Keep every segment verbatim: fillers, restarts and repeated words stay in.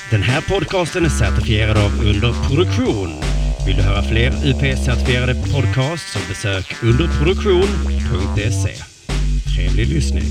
Den här podcasten är certifierad av Underproduktion. Vill du höra fler U P S-certifierade podcasts så besök underproduktion punkt se. Trevlig lyssning.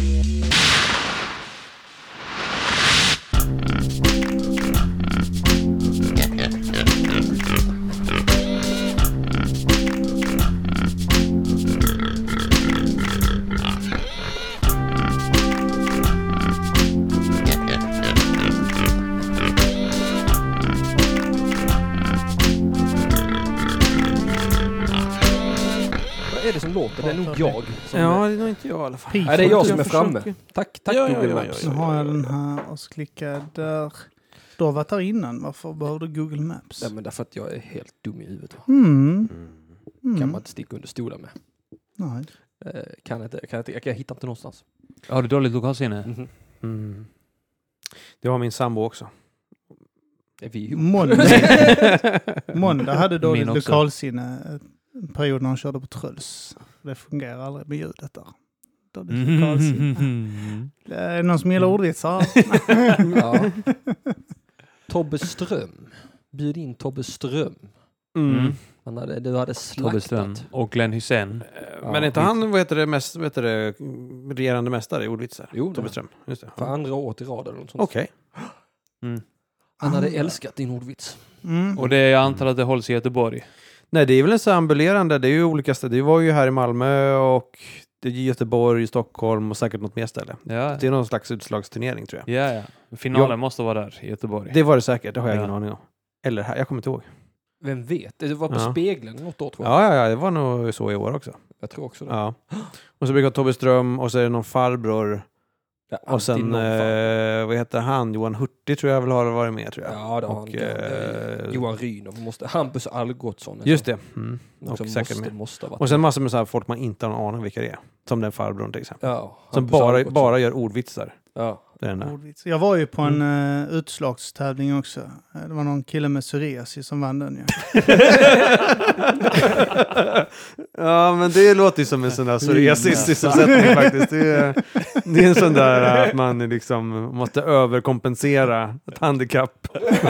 Det är nog jag. Som ja, det är nog inte jag i alla fall. Nej, det är jag som är framme. Tack, tack ja, Google ja, Maps. Ja, ja, ja. Nu har jag den här och så klickar jag där. Du har varit där innan. Varför behöver du Google Maps? Nej, men därför att jag är helt dum i huvudet. Mm. Mm. Kan man inte sticka under stolen med. Nej. Eh, kan inte, kan inte, jag, jag hittar inte någonstans. Har du dåligt lokalsinne? Mm-hmm. Mm. Det har min sambo också. Är vi ihop? Måndag. Måndag hade dåligt lokalsinne en period när han körde på Tröls. Det fungerar aldrig med ljudet där. Dåligt lokalsinne. Mm. Det är någon som gillar ordvitsar. Ja. Tobbe Ström. Bjud in Tobbe Ström. Mm. Han hade, du hade slaktat. Och Glenn Hussein. Ja, men inte han, vad heter det, mest, vad heter det, regerande mästare i ordvitsar? Jo, Tobbe Ström. Just det. För andra året i rad eller något sånt. Okej. Okay. Mm. Han hade älskat din ordvits. Mm. Och det är, jag antar att det hålls i Göteborg. Nej, det är väl en så ambulerande. Det är ju olika ställen. Det var ju här i Malmö och det är Göteborg, Stockholm och säkert något mer ställe. Ja. Det är någon slags utslagsturnering tror jag. Ja, ja. Finalen ja. måste vara där i Göteborg. Det var det säkert. Det har jag ja. ingen aning om. Eller här. Jag kommer inte ihåg. Vem vet? Det var på ja. Spegeln något år tror jag. Ja, ja, ja. Det var nog så i år också. Jag tror också det. Ja. Och så brukar Tobbe Ström och så är det någon farbror. Ja, och sen, eh, vad heter han? Johan Hurtig tror jag väl har varit med tror jag. Ja, det har och, han. Eh, Johan Rynov måste. Hampus Algotsson. Just det. Mm. Och säkert måste, med. Måste och sen massor med så här folk man inte har en aning vilka det är. Som den farbrorn till exempel. Ja, som bara, bara gör ordvitsar. Ja. Ordvits. Jag var ju på en mm. uh, utslagstävling också. Det var någon kille med psoriasis som vann den. Ja, ja men det låter ju som en sån där psoriasis-sysselsättning faktiskt. Det är, det är en sån där att man liksom måste överkompensera ett handikapp.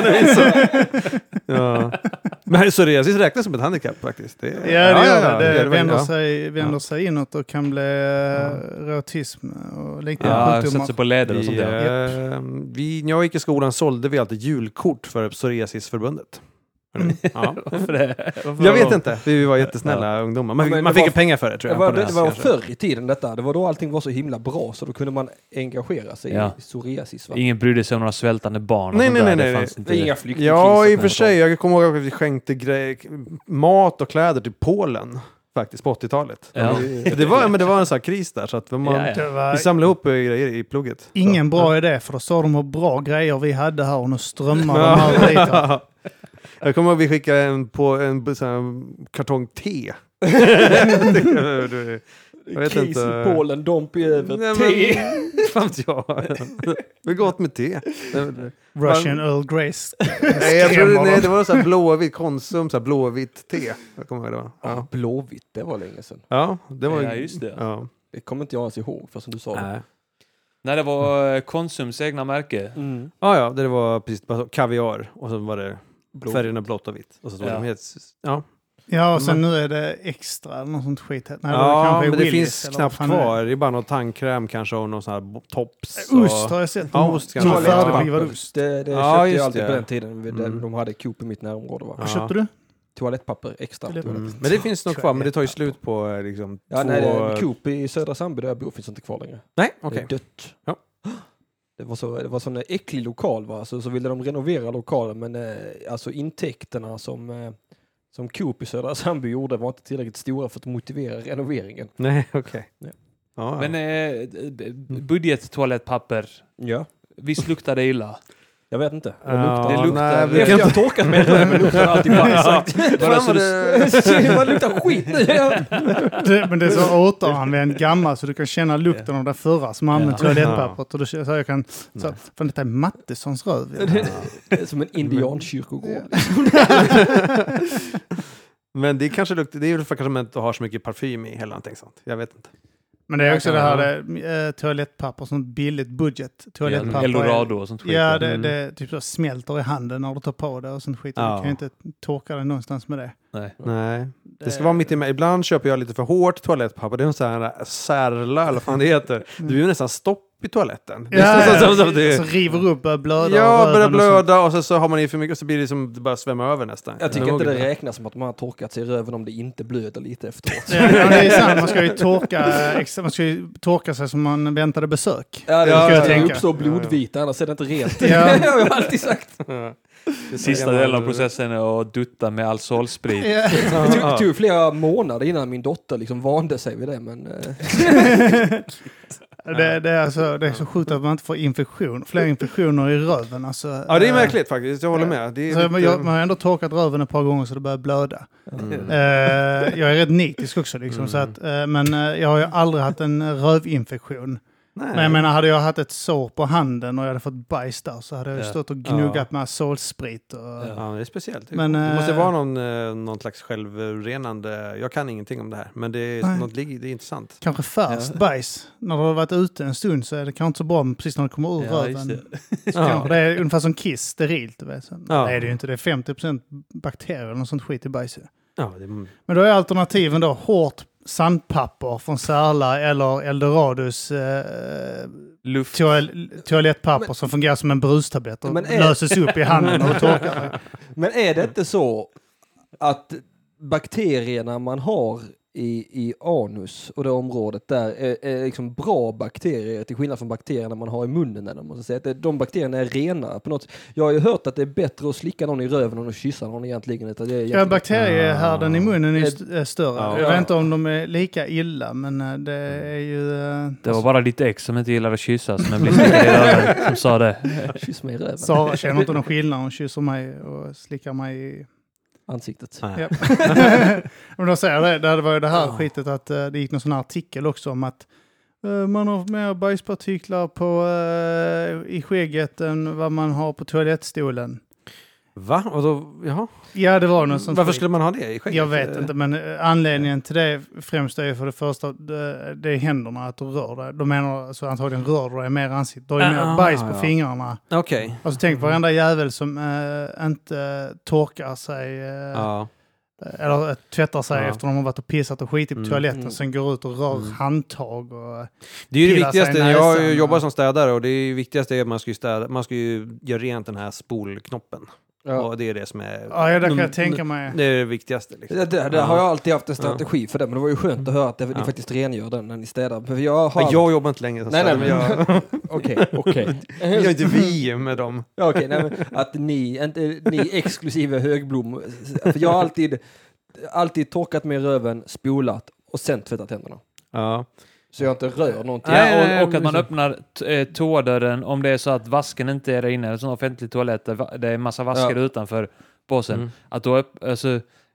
Ja. Men psoriasis räknas som ett handikapp faktiskt. Det, ja, ja, det, ja, ja, det, det vänder, ja. sig, vänder ja. sig inåt och kan bli ja. reutism och liknande ja, sjukdomar. Sätter på leder och sånt där. Uh, vi, när jag gick i skolan sålde vi alltid julkort för Psoriasisförbundet. Mm. Ja. Varför det? Varför jag vet inte. Vi var jättesnälla ja. ungdomar. Man, ja, man fick ju pengar för det tror jag. Det var, det, det var förr i tiden detta. Det var då allting var så himla bra så då kunde man engagera sig ja. i psoriasis. Va? Ingen brydde sig om några svältande barn. Nej, nej, nej. nej, nej. Det är inga flyktingkriser. Ja, i och för sig. Jag kommer ihåg att vi skänkte grej, mat och kläder till Polen. Faktiskt på åttiotalet. Ja. Det, var, men det var en sån här kris där så att man, ja, ja. vi samlade ihop grejer i plugget. Ingen så. bra idé för då sa de hur bra grejer vi hade här och nu strömmar de här dit. Jag kommer ihåg att vi skickade en, på en sån här kartong te. Jag vet kris inte. I Polen, domp i över te. Fan jag. Vi gått med te. Russian Earl Grey. Nej, jag tror det, nej, det var så här blåvitt Konsum, så här blåvitt te. Jag kommer ihåg det var. Ja, blåvitt, det var länge sedan. Ja, det var ja, just det. Ja. Det kommer inte jag ens ihåg för som du sa. Nej. Nej, det var Konsums egna märke. Mm. Ja, ja, det var precis kaviar och så var det blå. Färgerna blått och vitt och så stod ja. de helt ja. Ja, och sen nu är det extra eller något sånt skit. Nej, ja, det men det finns knappt kvar. Det är bara någon tandkräm kanske och någon sån här tops. Och... Ost har jag sett. Ja, ost kanske. Ja, färdigskivad ost. Det, det ja, köpte jag alltid det. På den tiden. Mm. De hade Coop i mitt närområde. Va? Vad ja. köpte du? Toalettpapper extra. Mm. Men det finns nog kvar, men det tar ju slut på liksom ja, två... Nej, Coop i södra Sandby där jag bor finns inte kvar längre. Nej, okej. Okay. Det är dött. Ja. Det var så det var sån äcklig lokal va. Så så ville de renovera lokalen men eh, alltså intäkterna som eh, som Coop i södra Sandby gjorde var inte tillräckligt stora för att motivera renoveringen. Nej, okej. Okay. Ja. Ja, ja. Men eh, budgettoalettpapper. Ja. Visst luktar det illa? Jag vet inte. Det luktar. Det luktar. Nej, jag har torkat med det men luktar alltid bajs. Det luktar skit nu. det, men det är så återanvänd gammal så du kan känna lukten av det förra som använder toalettpappret och då så jag kan så för det är Mattessons röv. Ja. Det är som en indiankyrkogård. Men det kanske luktar det är väl för kanske man inte har så mycket parfym i eller någonting sånt. Jag vet inte. Men det är också det här det, äh, toalettpapper, sånt billigt budget. Toalettpapper. Eldorado och sånt skit. Ja, det, det typ så smälter i handen när du tar på det och sånt skit. Ja. Du kan ju inte torka det någonstans med det. Nej. Nej. Det ska vara mitt i mig. Ibland köper jag lite för hårt toalettpapper. Det är en sån här särla, eller vad fan det heter. Du är ju nästan stopp i toaletten. Ja, det så, så, så, så, det... så river upp, börjar blöda. Ja, börjar blöda och, och så, så har man i för mycket och så blir det som det bara svämmar över nästan. Jag tycker inte det räknas som att man har torkat sig i röven om det inte blöder lite efteråt. Ja, det är sant. Man ska ju torka, man ska ju torka sig som man väntade besök. Ja, det ja, ska jag jag uppstå blodvita, annars är det inte rent. Ja. Det har jag alltid sagt. Ja. Sista delen av processen är att dutta med alkoholsprit. Ja. Det tog, det tog flera månader innan min dotter liksom vande sig vid det, men... det, det, är alltså, det är så sjukt att man inte får infektion. Flera infektioner i röven. Alltså, ja, det är märkligt faktiskt. Jag håller med. Det är så lite... jag, man har ändå torkat röven ett par gånger så det börjar blöda. Mm. Uh, jag är rätt nitisk också. Liksom, mm. så att, uh, men uh, jag har ju aldrig haft en rövinfektion. Nej. Men jag menar, hade jag haft ett sår på handen och jag hade fått bajs där så hade jag ja. stått och gnuggat ja. med solsprit. Och... Ja, det är speciellt. Men, det måste vara någon, någon slags självrenande... Jag kan ingenting om det här, men det är, något, det är intressant. Kanske färskt ja. bajs. När du har varit ute en stund så är det kanske inte så bra, men precis när det kommer ur ja, röven. Det. ja. det är ungefär som kiss, sterilt. Du vet. Ja. Nej, det är ju inte. Det är femtio procent bakterier och sånt skit i bajs. Ja, det... Men då är alternativen då hårt sandpapper från Särla eller Eldorados eh, toal- toalettpapper men, som fungerar som en brustablett och är, löses upp i handen och torkar. Men är det inte så att bakterierna man har i, i anus och det området där är, är liksom bra bakterier till skillnad från bakterierna man har i munnen, eller man måste säga att de bakterierna är rena på något. Jag har ju hört att det är bättre att slicka någon i röven än att kyssa någon egentligen. Det är egentligen... Ja, bakteriehärden ah. i munnen är, st- är större. Ah. Jag vet inte om de är lika illa, men det är ju... Det var bara lite ex som inte gillar att kyssas, men blir slickad i röven som sa det. Kyss mig i röven. Sara känner inte någon skillnad. Hon kysser mig och slickar mig i... ansiktet. Ja. Men då säger jag det, det var ju det här oh. skitet att uh, det gick någon sån här artikel också om att uh, man har mer bajspartiklar på, uh, i skägget än vad man har på toalettstolen. Va? Och då, jaha. Ja, det var något sånt. Varför skulle man ha det i skägget? Jag vet inte, men anledningen till det främst är för det första det, det är händerna att du rör dig. De menar så antagligen rör du dig mer ansiktet. Du har ju mer bajs på ja. fingrarna. Okej. Okay. Alltså tänk på varenda jävel som äh, inte torkar sig äh, ja. eller äh, tvättar sig ja. efter de har varit och pissat och skitit på mm. toaletten mm. sen går ut och rör mm. handtag och det är ju det viktigaste. Jag jobbar som städare och det viktigaste är att man ska ju städa, man ska ju göra rent den här spolknoppen. Ja. Och det är det som är... Ja, det kan jag tänka mig. Det är det viktigaste. Liksom. Det, det, det har jag alltid haft en strategi ja. för det, men det var ju skönt att höra att det, ni ja. faktiskt rengör den när ni städar. För jag, har... jag jobbar inte längre. Nej, nej, men jag... Okej, okej. Jag är inte vi med dem. Ja, okej. Okay, att ni, inte ni exklusive högblom. För jag har alltid, alltid torkat med röven, spolat och sen tvättat händerna. Ja. Så jag inte rör någonting. Ja, och, och att man öppnar t- toadörren om det är så att vasken inte är där inne. En sån offentlig toalett där det är en massa vasker ja. utanför påsen. Mm. Att då upp, alltså,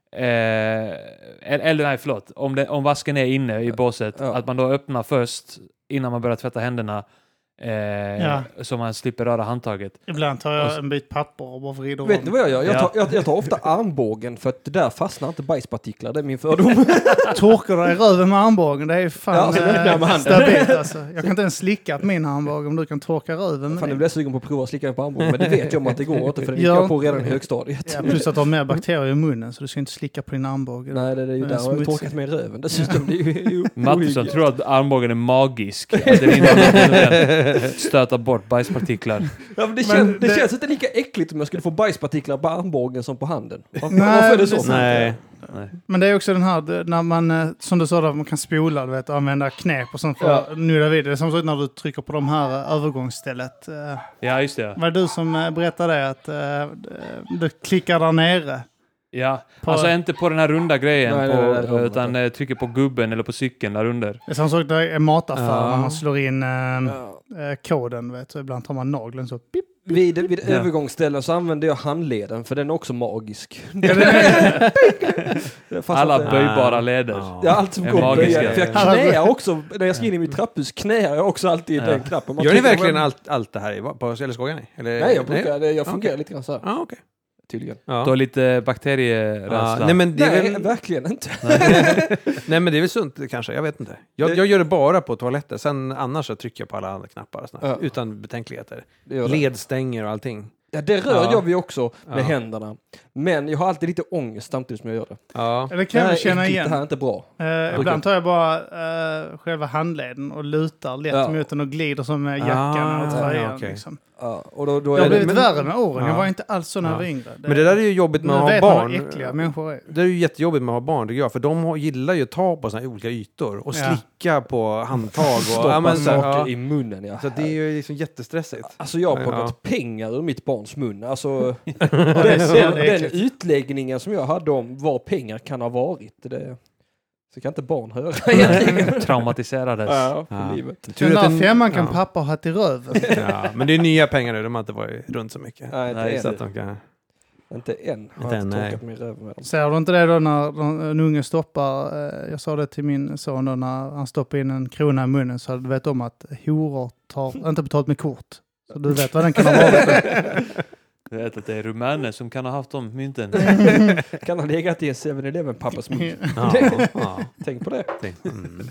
eh, eller nej, förlåt. Om, det, om vasken är inne i båset. Ja. Att man då öppnar först innan man börjar tvätta händerna. Eh, ja. Så man slipper röra handtaget. Ibland tar jag en bit papper och bara vrider om. Vet du vad jag gör? Jag tar, jag, jag tar ofta armbågen för att det där fastnar inte bajspartiklar. Det är min fördom. Torkar du i röven med armbågen? Det är fan ja, alltså, äh, stabilt alltså. Jag kan inte ens slicka på min armbåge om du kan torka röven med fan, det. Du blir sugen på att prova att slicka på armbågen. Men det vet jag om att det går inte för det gick ja. jag på redan i högstadiet. Ja, plus att du har mer bakterier i munnen så du ska inte slicka på din armbåge. Nej, det är ju där jag har torkat med röven. Dessutom det är ju Mattisson tror att armbågen är magisk. Att den inte stöta bort bajspartiklar. Ja, men det, men känns, det, det känns inte lika äckligt om jag skulle få bajspartiklar på armbågen som på handen. Varför, nej, varför är det så? Nej. Nej. Men det är också den här, när man, som du sa, där man kan spola, du vet, och använda knep och sånt för ja. att nudda vid. Det är som så när du trycker på de här övergångsstället. Ja, just det. Var det du som berättade att du klickar där nere? Ja, på, alltså inte på den här runda grejen, nej, på, nej, nej, utan nej. trycker på gubben eller på cykeln där under. Det är som sagt där är mataffär ja. när man slår in äh, ja. koden, vet du. Ibland tar man nageln så pip. Vid, vid ja. övergångsställen så använder jag handleden för den är också magisk. Alla böjbara leder. Ja, allt som går magiska. För jag knäar också, när jag ska in i mitt trapphus knäar jag också alltid ja. den knappen. Man gör ni verkligen allt, allt det här i, på Älleskogen? Nej, jag, brukar, nej. Det, jag fungerar okay. lite grann så här. Ah, okay. tydligen. Ja. Du har lite bakterierädsla. Ja. Nej, men det är Nej, väl... verkligen inte. Nej, men det är väl sunt kanske, jag vet inte. Jag, jag gör det bara på toaletter, sen annars så trycker jag på alla andra knappar. Ja. Utan betänkligheter. Ledstänger och allting. Ja, det rör ja. jag vi också med ja. händerna. Men jag har alltid lite ångest samtidigt som jag gör det. Ja. Det kan jag känna igen. Det här är inte bra. Uh, ibland tar jag bara uh, själva handleden och lutar lätt ja. mot den och glider som med jackan ah, och tröjan. Ja, okay. liksom. Ja, och då, då det har blivit men, värre med åren. Ja. Jag var inte alls så när jag ja. var yngre. Det, men det där är ju jobbigt med att ha barn. Äckliga människor är. Det är ju jättejobbigt med att ha barn, tycker jag. För de gillar ju att ta på såna olika ytor och ja. slicka på handtag. Och stoppa ja, men, saker ja. i munnen. Ja. Så det är ju liksom jättestressigt. Alltså jag har plockat ja. pengar ur mitt barns mun. Alltså den, den, den utläggningen som jag hade om vad pengar kan ha varit. Det... Så kan inte barn höra egentligen. Traumatiserades. Ja, för ja. livet. Den där femman kan ja. pappa ha haft i röven. Ja, men det är nya pengar nu. De har inte varit runt så mycket. Nej, inte nej, än. Så att de kan... Inte än. Inte än, nej. Med röven. Ser du inte det då när en unge stoppar? Jag sa det till min son då när han stoppar in en krona i munnen, så du vet om att horor tar inte betalt med kort. Så du vet vad den kan ha varit. Jag vet att det är rumäner som kan ha haft de mynten. Kan ha legat i en seven eleven pappas mun. Ja, ja. Tänk på det. Mm.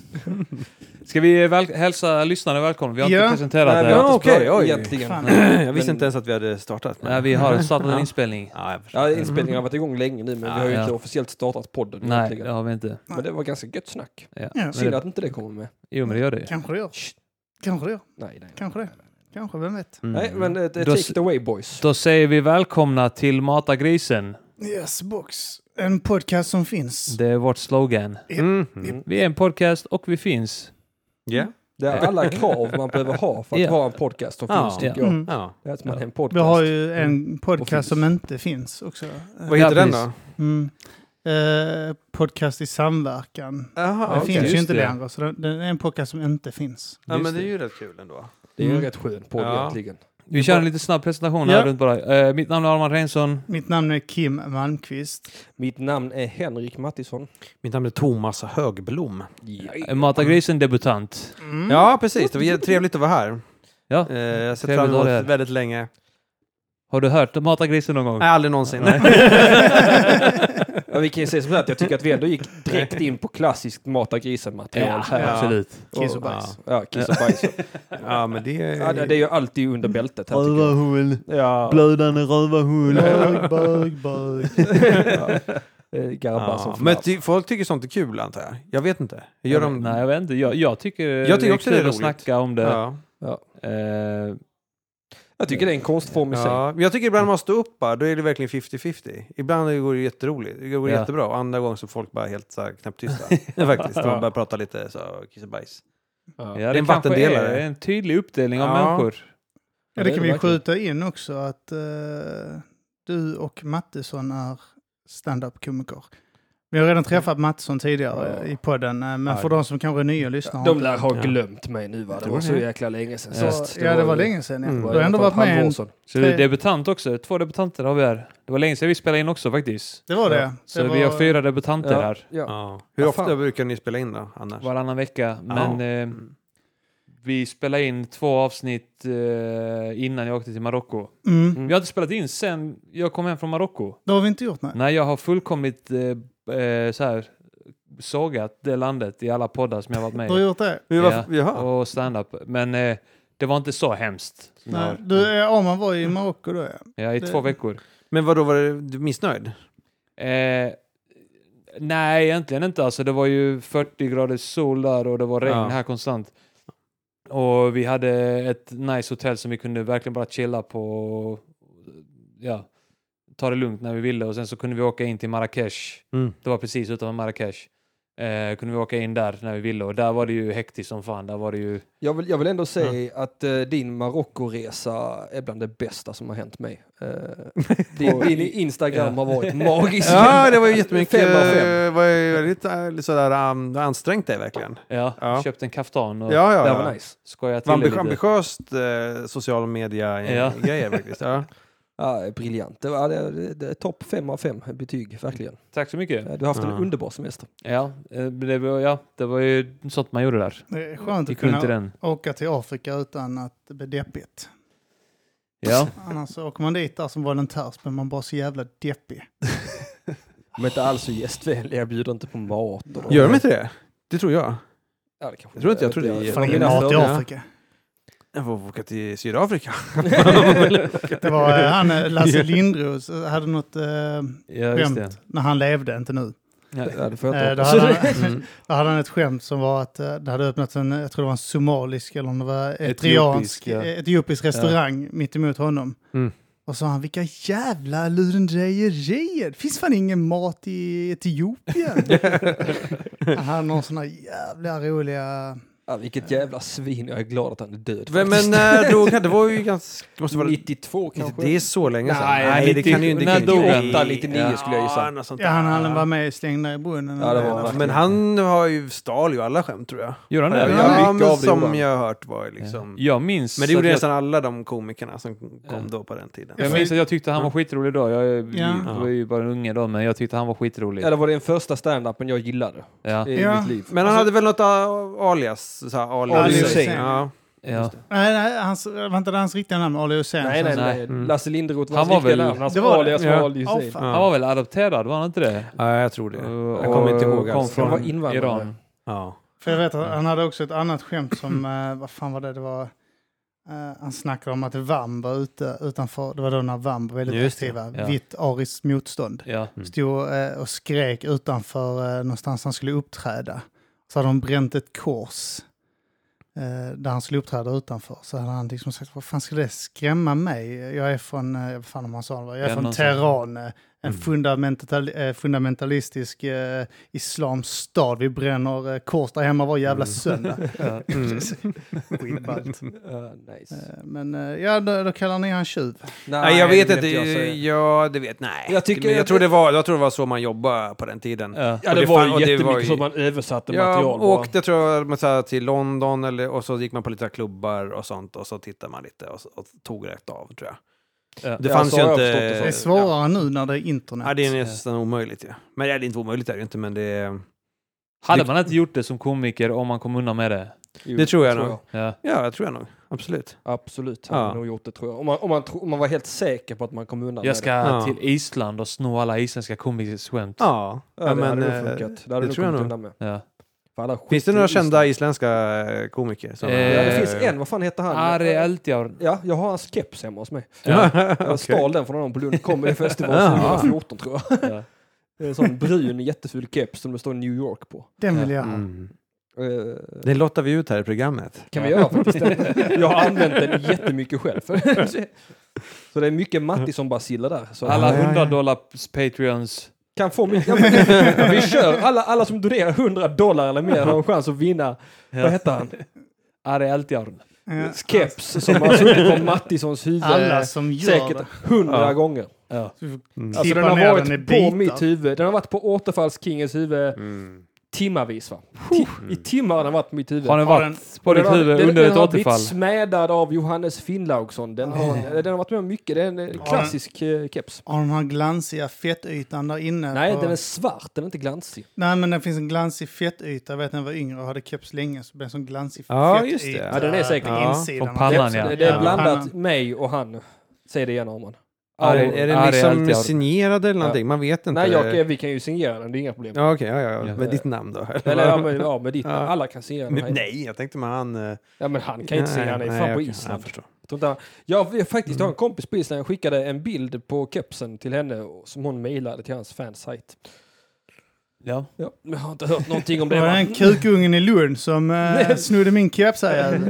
Ska vi väl- hälsa lyssnarna välkomna? Vi har ja. inte presenterat Nej, det. Ja, okej, okay, egentligen. Jag visste inte ens att vi hade startat. Men... Nej, vi har startat en inspelning. Ja, ja, inspelningen har varit igång länge nu, men ja, vi har ju ja. inte officiellt startat podden. Nej, egentligen. Det har vi inte. Men det var ganska gött snack. Ja. Ja. Synd att inte det kommer med. Jo, men det gör det. Kanske det gör. Kanske det gör. Nej, nej. Kanske det. Kanske, vem vet. Mm. Nej, men uh, take it away, boys. Då säger vi välkomna till Mata Grisen. Yes, box. En podcast som finns. Det är vårt slogan. Mm. Mm. Vi är en podcast och vi finns. Ja. Yeah. Det är alla krav man behöver ha för att yeah. vara en podcast som ja. finns, tycker jag. Mm. Ja. Det är att man är en podcast. Vi har ju en podcast som inte finns också. Vad heter ja, den då? Mm. Uh, podcast i samverkan. Aha, det okay. finns ju inte längre, så det är en podcast som inte finns. Ja, men det är ju rätt kul ändå. Det är ju mm. rätt skön podd ja. egentligen. Vi kör en lite snabb presentation här ja. runt bara. Uh, mitt namn är Arman Reinsson. Mitt namn är Kim Malmqvist. Mitt namn är Henrik Mattisson. Mitt namn är Thomas Högblom. Ja. Mata Grisen debutant. Mm. Ja, precis. Det var trevligt att vara här. Ja. Uh, jag har sett fram emot väldigt länge. Har du hört Mata Grisen någon gång? Nej, aldrig någonsin. Ja, vi kan ju säga som att jag tycker att vi ändå gick direkt in på klassiskt Mata Grisen-material. Ja, ja. Absolut. Kiss och bajs. Ja, kiss och bajs. Ja, men det är... Ja, det är ju alltid under bältet. Rövarhull. Ja. Blödande rövarhull. Bög, bög, bög. Ja. Som men ty- folk tycker sånt är kul, antar jag. Jag vet inte. Gör jag de... vet, nej, jag vet inte. Jag, jag tycker, jag tycker också det är kul att snacka om det. Ja. Ja. Eh, Jag tycker det är en konstform i sig. Ja, jag tycker ibland man står upp bara, då är det verkligen femtio-femtio. Ibland går det jätteroligt, det går ja. jättebra. Andra gånger så folk bara helt så här knäpptysta. Faktiskt, de bara pratar lite så kiss och bajs. Ja, det, det är en vattendelare. Är en tydlig uppdelning av ja. människor. Ja, det kan vi skjuta in också att uh, du och Mattisson är stand-up-komiker. Vi har redan träffat Mattisson tidigare ja. i podden, men ja. för de som kanske är nya lyssnare. De lär ha glömt mig nu, va? Det var så jäkla länge sedan. Ja, sist. ja, det var länge sedan. Ja. Mm. Du har ändå varit med en... Så det är debutant också. Två debutanter har vi här. Det var länge sedan vi spelade in också faktiskt. Det var det. Ja. Så det vi var... har fyra debutanter ja. här. Ja. Ja. Hur ofta fan. brukar ni spela in då, annars? Varannan vecka. Men ja. eh, vi spelade in två avsnitt eh, innan jag åkte till Marocko. Mm. Vi har inte spelat in sen jag kom hem från Marocko. Det har vi inte gjort, nej. Nej, jag har fullkomligt eh, så här sågat det landet i alla poddar som jag varit med i. Du har gjort det? Ja, och stand-up. Men eh, det var inte så hemskt. Nej, du, ja, man var i Marocko då, ja. Ja, i det... två veckor. Men vad då var det, du missnöjd? Eh, nej, egentligen inte. Alltså, det var ju fyrtio graders sol där och det var regn ja. här konstant. Och vi hade ett nice hotell som vi kunde verkligen bara chilla på. Ja, ta det lugnt när vi ville. Och sen så kunde vi åka in till Marrakesh. Mm. Det var precis utanför Marrakesh. Eh, kunde vi åka in där när vi ville. Och där var det ju hektiskt som fan. Där var det ju... Jag vill, jag vill ändå säga mm. att uh, din Marocko-resa är bland det bästa som har hänt mig. Uh, din, din Instagram ja. har varit magisk. Ja, det var ju jättemycket. fem av fem. Det var ju väldigt sådär um, ansträngt det verkligen. Ja, ja. Köpte en kaftan och ja, ja, det ja. var nice. Skoja till Ambi- ambitiöst uh, social media ja. grejer faktiskt. Ja. Ja, briljant. Det var det, det, det, topp fem av fem betyg, verkligen. Tack så mycket. Du har haft en ja. underbar semester. Ja det, var, ja, det var ju sånt man gjorde där. Det är skönt att kunna åka till Afrika utan att det blir deppigt. Ja. Annars åker man dit där som volontär så blir man bara så jävla deppig. De är inte alls så gästvänliga, bjuder inte på mat. Och Gör de inte det? Det tror jag. Ja, det kanske Jag tror inte, jag tror det är... Fan, ingen mat i Afrika. Jag får åka till Sydafrika. Det var han, Lasse Lindros, hade något äh, ja, skämt när han levde, inte nu. Ja, det får jag äh, då, hade han, mm. då hade han ett skämt som var att äh, det hade öppnat en, jag tror det var en somalisk eller om det var etiopisk, ja. etiopisk restaurang ja. mitt emot honom. Mm. Och så sa han, vilka jävla lurendrejerier. Finns fan ingen mat i Etiopien? Han hade någon sån här jävla roliga... Ja, vilket jävla svin. Jag är glad att han är död. Men, men när dog han? Det var ju ganska... Det måste vara nittiotvå kanske. Det är så länge sedan. Nej, Nej nittio, det kan ju inte... När dog han? nittionio ja, skulle jag gissa. Ja, han, han var med slängd ner i brunnen. Ja, det var men han har ju stal ju alla skämt tror jag. Gjorde han det? Ja, ja, men av som jag har hört var liksom... Ja. Jag minns... Men det gjorde jag... nästan alla de komikerna som kom ja. då på den tiden. Jag minns att jag tyckte han var skitrolig då. Jag ja. var ju bara en unge då, men jag tyckte han var skitrolig. Ja, det var den första stand-upen jag gillade ja. i ja. mitt liv. Men han hade väl något alias? Så här, alias. Ali Hussein. Ja. Ja. Nej, nej, hans, var inte det hans riktiga namn? Ali Hussein? Nej, nej, nej. Mm. Lasse Linderoth var han hans var riktiga väl, namn. Hans det var alias det. var Ja. Ali Hussein. Oh, han var väl adopterad, var han inte det? Ja, jag tror det. Uh, jag kommer inte ihåg. Kom alltså. från var invandrare. Iran. Ja. För jag vet att han hade också ett annat skämt som, uh, vad fan var det? Det var... Uh, han snackade om att V A M var ute utanför, det var då när V A M var väldigt aktiva, ja. vitt ariskt motstånd. Ja. Mm. Stod uh, och skrek utanför uh, någonstans han skulle uppträda. Så hade de bränt ett kors uh, där han skulle uppträda utanför. Så hade han liksom sagt, vad fan ska det skrämma mig? Jag är från, uh, vad fan om han sa det, jag är från Teheran, uh, en mm. fundamental, uh, fundamentalistisk uh, islamsk stad. Vi bränner uh, kors där hemma var jävla mm. söndag. mm. Skitballt. Uh, nice. uh, men uh, ja, då, då kallar ni han tjuv. Nej, nej jag vet inte. Ja, det vet nej. Jag, tycker, men jag, jag, tror det var, jag tror det var så man jobbade på den tiden. Ja, ja det, det var fan, jättemycket var ju, så man översatte ja, material. Ja, åkte tror jag man sa, till London eller, och så gick man på lite klubbar och sånt och så tittade man lite och, och tog rätt av tror jag. Ja. Det fanns ja, ju inte... Det är svårare ja. nu när det är internet. Ja, det är nästan omöjligt. Ja. Men ja, det är inte omöjligt det är ju inte, men det är... Hade man inte gjort det som komiker om man kom undan med det? Jo, det tror jag tror nog. Jag. Ja. ja, det tror jag nog. Absolut. Absolut, hade ja. nog gjort det tror jag. Om man, om, man tro, om man var helt säker på att man kom undan jag ska med det. Ja. till Island och snå alla isländska komikers skämt. Ja, ja, ja det men, hade nog funkat. Det hade det tror jag nog. Med. Ja. Finns det några kända isländska komiker? Som eh, ja, det finns en. Vad fan heter han? Ari Eltjaur. Ja, jag har hans keps hemma hos mig. Ja. Jag okay. stal den från honom på Lund Comedy Festival tjugohundrafjorton tror jag. Ja. Det är en sån brun jätteful keps som det står New York på. Den vill jag ha. Mm. Uh, det lottar vi ut här i programmet. Kan vi göra faktiskt. Jag har använt den jättemycket själv. Så det är mycket Mattisson-baciller där. Så alla hundra dollar Patreons kan få min... Ja, vi kör. Alla, alla som donerar hundra dollar eller mer har en chans att vinna. Ja. Vad heter han? Ari Eltjaur. Ja. Keps som har suttit på Mattissons huvud. Alla som gör säkert hundra ja. gånger. Ja. Mm. Alltså den har varit den på mitt huvud. Den har varit på Återfallskingens huvud. Mm. Timmarvis va? Ti- I timmar har den varit på mitt huvud. Har den varit den, på ditt huvud den, under den ett återfall? Den har blivit smädad av Johannes Finnlaugsson. Den, oh. har, den har varit med mycket. Det är en klassisk den, keps. Har den här glansiga fettytan där inne? Nej, på... den är svart. Den är inte glansig. Nej, men det finns en glansig fettyta. Jag vet när jag var yngre och hade keps länge så blev det en sån glansig ja, fettyta. Just det. Ja, den är säkert ja. insidan. På pannan, ja. Det, det är ja. blandat pannan. mig och han. Säg det igen om man. Är, är den liksom signerad eller någonting? Ja. Man vet inte. Nej, jag, vi kan ju signera den. Det är inga problem. Ja, okej. Okay, ja, ja. Med ditt namn då? Eller ja, med, ja, med ditt namn. Alla kan signera den. Men, nej, jag tänkte med han... Ja, men han kan ju inte signera. Han är fan nej, på okay. Island. Jag förstår. Jag, jag, jag faktiskt har en kompis på Island. Jag skickade en bild på kepsen till henne som hon mejlade till hans fansajt. Ja. ja. Jag har inte hört någonting om det. Det var en kukungen i Lund som uh, snodde min keps här.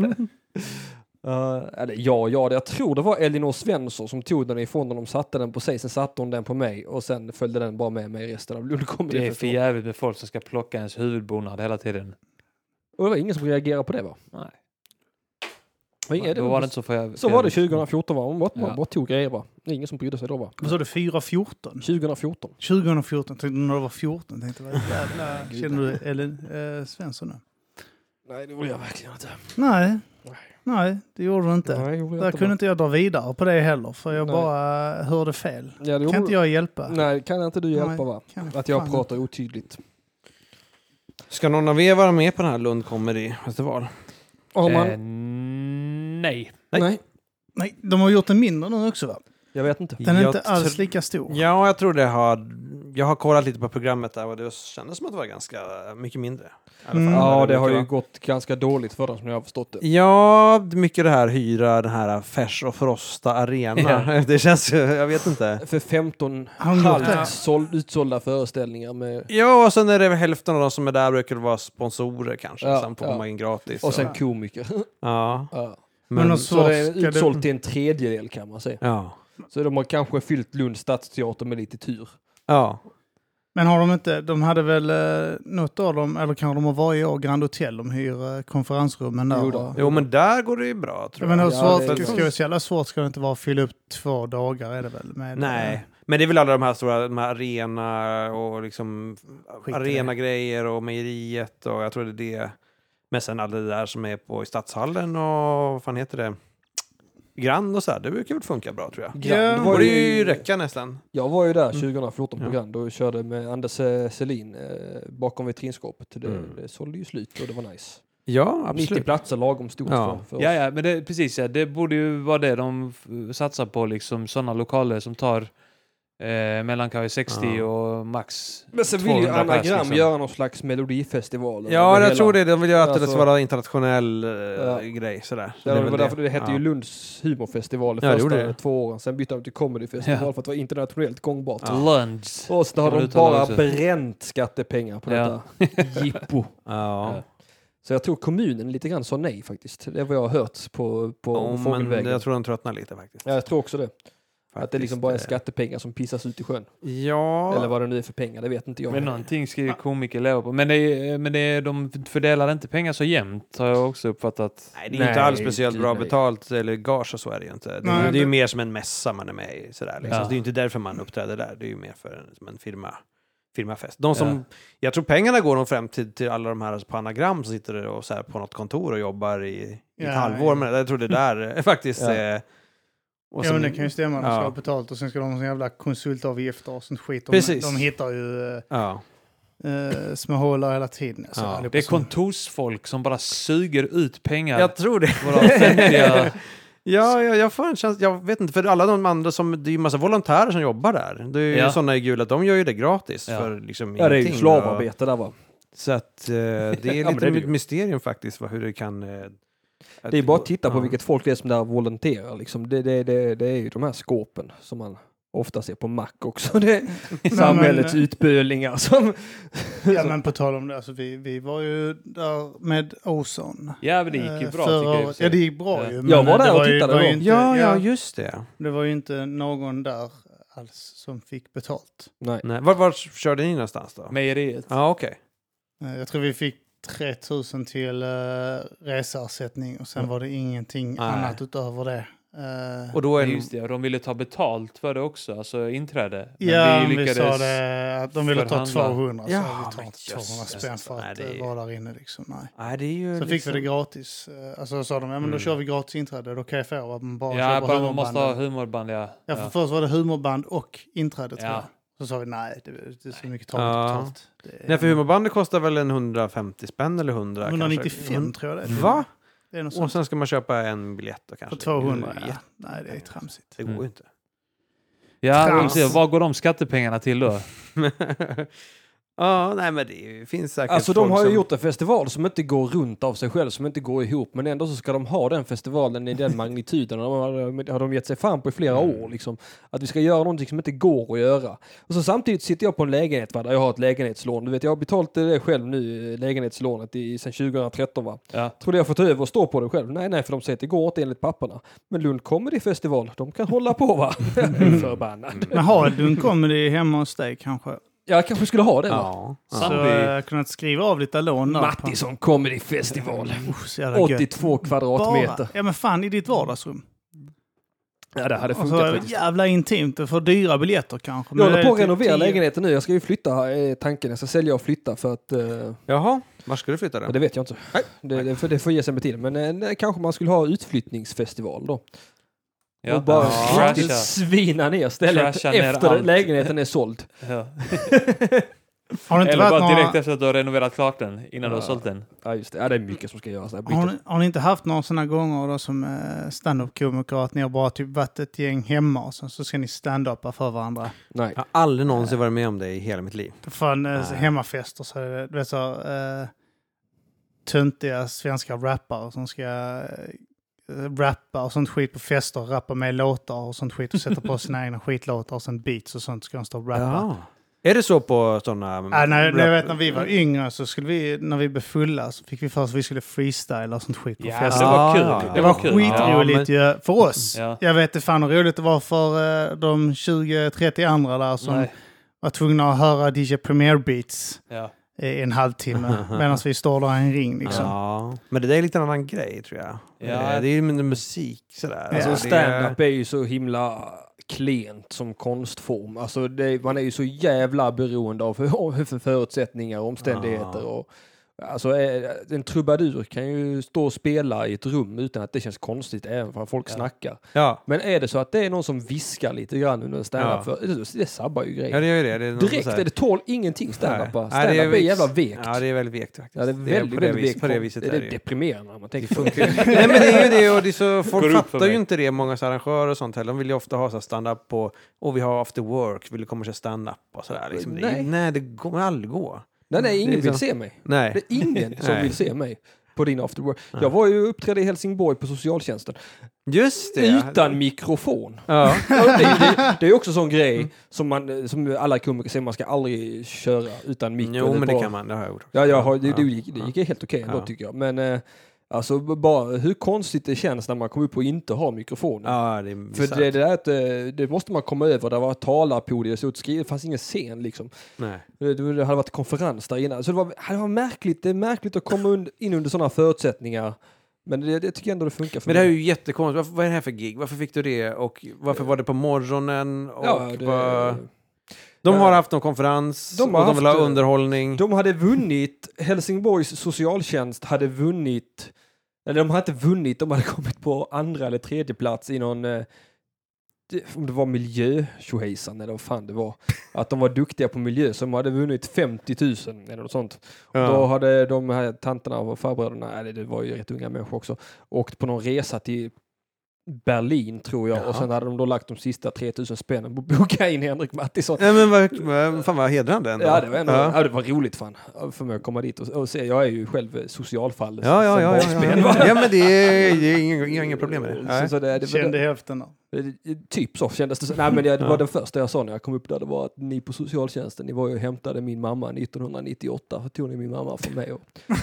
Uh, eller ja, ja, jag tror det var Elinor Svensson som tog den ifrån honom, satte den på sig, sen satte hon den på mig och sen följde den bara med mig resten av Lund Comedy. Det är för jävligt med folk som ska plocka ens huvudbonad hela tiden. Och det var ingen som reagerade på det va? Nej. Var ingen, då det var var det inte så för jag, så var det tjugohundrafjorton va? Man bara, ja. bara tog grejer va? Det är ingen som brydde sig då va? Vad sa du, fyra fjorton? tjugohundrafjorton. tjugohundrafjorton, tänkte när det var fjorton, tänkte jag, jävla, känner du Ellen äh, Svensson nu? Nej, det gjorde jag verkligen inte. Nej. Nej, det gjorde du inte. Nej, gjorde Där inte kunde bara. inte jag dra vidare på det heller, för jag Nej. bara hörde fel. Ja, kan inte jag hjälpa? Nej, kan inte du hjälpa Nej, va? Att jag fan. pratar otydligt. Ska någon av er vara med på den här Lund Comedy Festival? Oh, man... eh, nej. nej. Nej, de har gjort den mindre nu också va? Jag vet inte. Den är jag inte alls tr- lika stor. Ja, jag tror det har... Jag har kollat lite på programmet där och det kändes som att det var ganska mycket mindre. I alla fall. Mm. Ja, det har ju vara. gått ganska dåligt för dem som jag har förstått det. Ja, mycket det här hyra den här Färs och Frosta Arena. Ja. Det känns, jag vet inte. För femton Har de gjort det? halvt såld, utsålda föreställningar med... Ja, och sen är det väl hälften av de som är där brukar vara sponsorer kanske. Ja, sen får ja. man in gratis. Och sen Ja. komiker. Ja. Ja. Men Men, och Så det är ska utsålt det- till en tredjedel kan man säga. ja. Så de har kanske fyllt Lunds stadsteater med lite tur. Ja. Men har de inte, de hade väl eh, något av dem, eller kanske de har varje år Grand Hotel, de hyr eh, konferensrummen där. Jo då. och- Jo, men där går det ju bra tror Jag jag. menar, hur Ja, svårt, det är- ska, ska det så jävla svårt ska det inte vara att fylla upp två dagar är det väl? Med, Nej, men det är väl alla de här stora de här arena och liksom Skit i det. arena-grejer och mejeriet och jag tror det är det. Men sen alla det där som är på i Stadshallen och vad fan heter det? Grand och så här, det brukar väl funka bra tror jag. Ja, Grand, det det Och var det ju, ju räcka nästan. jag var ju där tjugo fjorton på Ja. Grand och körde med Anders eh, Selin eh, bakom vitrinskåpet. Det, Mm. det sålde ju slut och det var nice. Ja, nittio absolut. platser lagom stort Ja. för, för Ja, oss. ja, men det, precis. Ja. Det borde ju vara det de f- satsar på, liksom sådana lokaler som tar eh, mellan kanske sextio Ja. och max Men sen vill ju tvåhundra Anagram pers, liksom. göra någon slags melodifestival. Ja, över jag hela- tror det. De vill göra att det Alltså- ska vara internationell eh, Ja. grej sådär. Så Ja, det är det var väl därför det hette Ja. ju Lunds humorfestival de Ja, det första gjorde det. två åren. Sen bytte de till comedyfestival Ja. för att det var internationellt gångbart. Ja. Lunds. Och så har Kan man de uttala bara också. bränt skattepengar på Ja. detta jippo. Ja. Så jag tror kommunen lite grann sa nej faktiskt. Det är vad jag har hört på, på Ja, men fågelvägen. jag tror de tröttnar lite faktiskt. Ja, jag tror också det. Att det liksom bara är Faktiskt, skattepengar som pissas ut i sjön. eh, Ja. Eller vad det nu är för pengar, det vet inte jag. Men någonting ska ju komiker leva på. Men, det är, men det är, de fördelar inte pengar så jämnt, har jag också uppfattat. Nej, det är Nej, inte alls speciellt bra nej. betalt eller gage och så är det ju inte. Det, Nej, det är ju det- mer som en mässa man är med i sådär. Liksom. Ja. Så det är ju inte därför man uppträder där. Det är ju mer för en, som en firma, firmafest. De som, Ja. Jag tror pengarna går nog fram till, till alla de här på Anagram som sitter och så här på något kontor och jobbar i, i Ja, ett halvår. ja. Men jag tror det där eh, faktiskt Ja. är... Och Ja, sen- men det kan ju stämma. De ska Ja. ha betalt och sen ska de ha en jävla konsultavgifter och sånt skit. De, Precis. de hittar ju eh, Ja. eh, små hålar hela tiden. Alltså, Ja. allihopa Det är som- kontorsfolk som bara suger ut pengar. Jag tror det. Våra offentliga... Ja, jag, jag får en känsla, jag vet inte, för alla de andra som, det är ju massa volontärer som jobbar där. Det är ju Ja. sådana i gul att de gör ju det gratis Ja. för liksom Ja, det är ju ingenting. slavarbete där va. Och, så att eh, det är men lite det är det ett ju. mysterium faktiskt, vad, hur det kan... Eh, Det är bara att titta på ja. vilket folk det är som där volonterar. Liksom. Det, det, det, det är ju de här skåpen som man ofta ser på Mac också. Det är samhällets men- utbölingar som... Ja, men på tal om det, alltså, vi, vi var ju där med Ozone. Ja, men det gick ju eh, bra förra tycker jag. i och för året. sig. Ja, det gick bra Ja. ju. Jag men, var eh, där det och ju- tittade var ju då. inte, Ja, ja, just det. Det var ju inte någon där alls som fick betalt. Nej. Nej. Var, var körde ni någonstans då? Mejeriet. Ja, okej. Eh, Jag tror vi fick tre tusen till uh, reseersättning och sen var det ingenting Nej. annat utöver det. Eh, Och då är Ja, just det. Och de ville ta betalt för det också, alltså inträde. Men ja, vi vi, lyckades... sa det att de ville ta förhandla. tvåhundra. Så Ja, vi tar men inte tvåhundra jösses. spänn för Nej, att det är- eh, vara där inne. Liksom. Nej. Nej, det är ju Så liksom... fick vi det gratis. Eh, Alltså sa de, ja men då Mm. kör vi gratis inträde. Då kan jag få att man bara Ja, köper bara man måste ha humorbanden. humorband, ja. Ja, för Ja. först var det humorband och inträde tror Ja. jag. Så sa vi nej, det, det är så mycket Ja. taget betalt. Det är- Nej, för humorbandet kostar väl en hundrafemtio spänn eller hundra etthundranittiofem kanske. tror jag det är. Va? Det är något Och sånt. sen ska man köpa en biljett då kanske. För tvåhundra, Det är ju ja. jätte- Nej, det är tramsigt. Det går ju Mm. inte. Ja, Trams. precis. Vad går de skattepengarna till då? Ja, nej men det finns säkert Alltså de folk har ju som... gjort en festival som inte går runt av sig själv, som inte går ihop, men ändå så ska de ha den festivalen i den magnituden. Och de har, har de gett sig fan på i flera Mm. år liksom. Att vi ska göra någonting som inte går att göra. Och så samtidigt sitter jag på en lägenhet va, där jag har ett lägenhetslån. Du vet, jag har betalt det själv nu, lägenhetslånet i, sedan tjugohundratretton va. Ja. Trodde jag fått över och stå på det själv. Nej, nej, för de säger att det går inte enligt papperna. Men Lund Comedy Festival, de kan hålla på va. Förbannad. Men har Lund Comedy hemma hos dig kanske? Jag kanske skulle ha det va. Ja. Så Sam- jag Sandby. har kunnat skriva av lite lån där. på- Mattisson Comedy Festival. Usch, så jävla gött. åttiotvå kvadratmeter. Bara, ja men fan i ditt vardagsrum. Ja, det hade Och så funkat är det faktiskt. jävla intimt och för dyra biljetter kanske. Jag håller det på är att typ renovera tio- lägenheten nu. Jag ska ju flytta, är tanken. Jag ska sälja och flytta för att... Uh, Jaha, var ska du flytta då? det vet jag inte. Nej. Det, det, för det får ge sig med tiden. Men eh, kanske man skulle ha utflyttningsfestival då. Ja. Och bara Ja. riktigt Trasha. svina ner stället Trasha ner efter allt. lägenheten är såld. Ja. Har det inte Eller varit bara några... direkt efter att du har renoverat klart den, innan Ja. du har sålt den. Ja, just det. Ja, det är mycket som ska göras. Har ni, har ni inte haft några sådana gånger då som eh, stand-up-komiker att ni har bara typ varit ett gäng hemma och så, så ska ni stand-upa för varandra? Nej. Jag har aldrig någonsin varit med om det i hela mitt liv. För en eh, hemmafester så är det, du vet så, eh, töntiga svenska rappare som ska eh, rappa och sånt skit på fester, rappa med låtar och sånt skit och sätta på sina egna skitlåtar och sen beats och sånt ska de stå och rappa. Ja. Är det så på sådana... Äh, när, när, jag vet, när vi var yngre så skulle vi, när vi blev fulla så fick vi för oss att vi skulle freestyla och sånt skit på Ja, fester. det var kul. Ja, Det, det var kul. skitroligt Ja, ju för oss. Ja. Jag vet inte fan hur roligt det var för uh, de tjugo trettio andra där som Nej. var tvungna att höra D J Premier Beats Ja. i en halvtimme medan vi står där i en ring liksom. Ja, men det där är lite en annan grej tror jag. Ja. Det är ju med musik sådär. Alltså det stand-up är ju så himla klent som konstform. Alltså det, man är ju så jävla beroende av hur, för förutsättningar och omständigheter. Och, alltså en trubadur kan ju stå och spela i ett rum utan att det känns konstigt även för att folk Ja. snackar. Ja. Men är det så att det är någon som viskar lite grann under en stand-up, Ja. för, det, det sabbar ju grejer. Ja, det gör ju det. det är Direkt så här- är det tål ingenting stand-up. bara. Nej, Stand-up det är, är vek- jävla vekt. Ja, det är väldigt vekt faktiskt. Ja, det är väldigt, på det, väldigt vis, vekt. på det viset. Det är är det det. deprimerande när man tänker på Nej, men det är ju det, och det är så, folk Går upp för fattar ju mig. inte det, många så arrangörer och sånt heller. De vill ju ofta ha så här stand-up på, och vi har after work, vill du komma och köra stand-up och sådär. Liksom. Det är, Nej. nej, det kommer aldrig gå. Nej, nej, ingen Det är vill så- se mig. Nej. Det är ingen som Nej. vill se mig på din after work. Nej. Jag var ju uppträdde i Helsingborg på socialtjänsten. Just det. ja. Utan mikrofon. Ja. Ja, det, det, det är också sån grej som, man, som alla komiker säger, man ska aldrig köra utan mikro. Jo, men det bara- kan man. Det har jag gjort. Ja, jag har, det, Ja. det, gick, det gick helt okej ändå Ja. tycker jag. Men eh, alltså bara hur konstigt det känns när man kommer upp och inte har mikrofonen. Ja, det är För det, det, där att, eh, det måste man komma över. Det var talarpodier, så det fanns ingen scen liksom. Nej. Det, det hade varit konferens där innan. Så det var, det var märkligt. Det är märkligt att komma und, in under sådana förutsättningar. Men det, det tycker jag ändå det funkar för Men det här är mig. ju jättekonstigt. Varför, vad är det här för gig? Varför fick du det? Och varför var det på morgonen? Och Ja, det, vad... De har haft någon konferens De de har och de vill ha haft- underhållning. De hade vunnit, Helsingborgs socialtjänst hade vunnit, eller de hade inte vunnit, de hade kommit på andra eller tredje plats i någon, eh, det, om det var miljö-tjohejsan eller vad fan det var. Att de var duktiga på miljö, så de hade vunnit femtio tusen eller något sånt. Ja. Och då hade de här tanterna och farbröderna, eller det var ju rätt unga människor också, åkt på någon resa till Berlin tror jag. Jaha. Och sen hade de då lagt de sista tre tusen spännen på att boka in Henrik Mattisson. Nej, men vad, vad, fan vad hedrande ändå. Ja, det var ändå, Ja. ja. det var roligt fan för mig att komma dit och, och se. Jag är ju själv socialfall. Ja, ja, som ja, ja, barnspel, ja, va? ja. ja, men det är, det är inga, inga, inga problem med det. Så, Nej. så det, det, Kände det, hälften då. det, typ så kändes det. Så. Nej, men det, det var Ja. det första jag sa när jag kom upp där. Det var att ni på socialtjänsten, ni var ju och hämtade min mamma nittonhundranittioåtta. Så tog ni min mamma från mig. Och,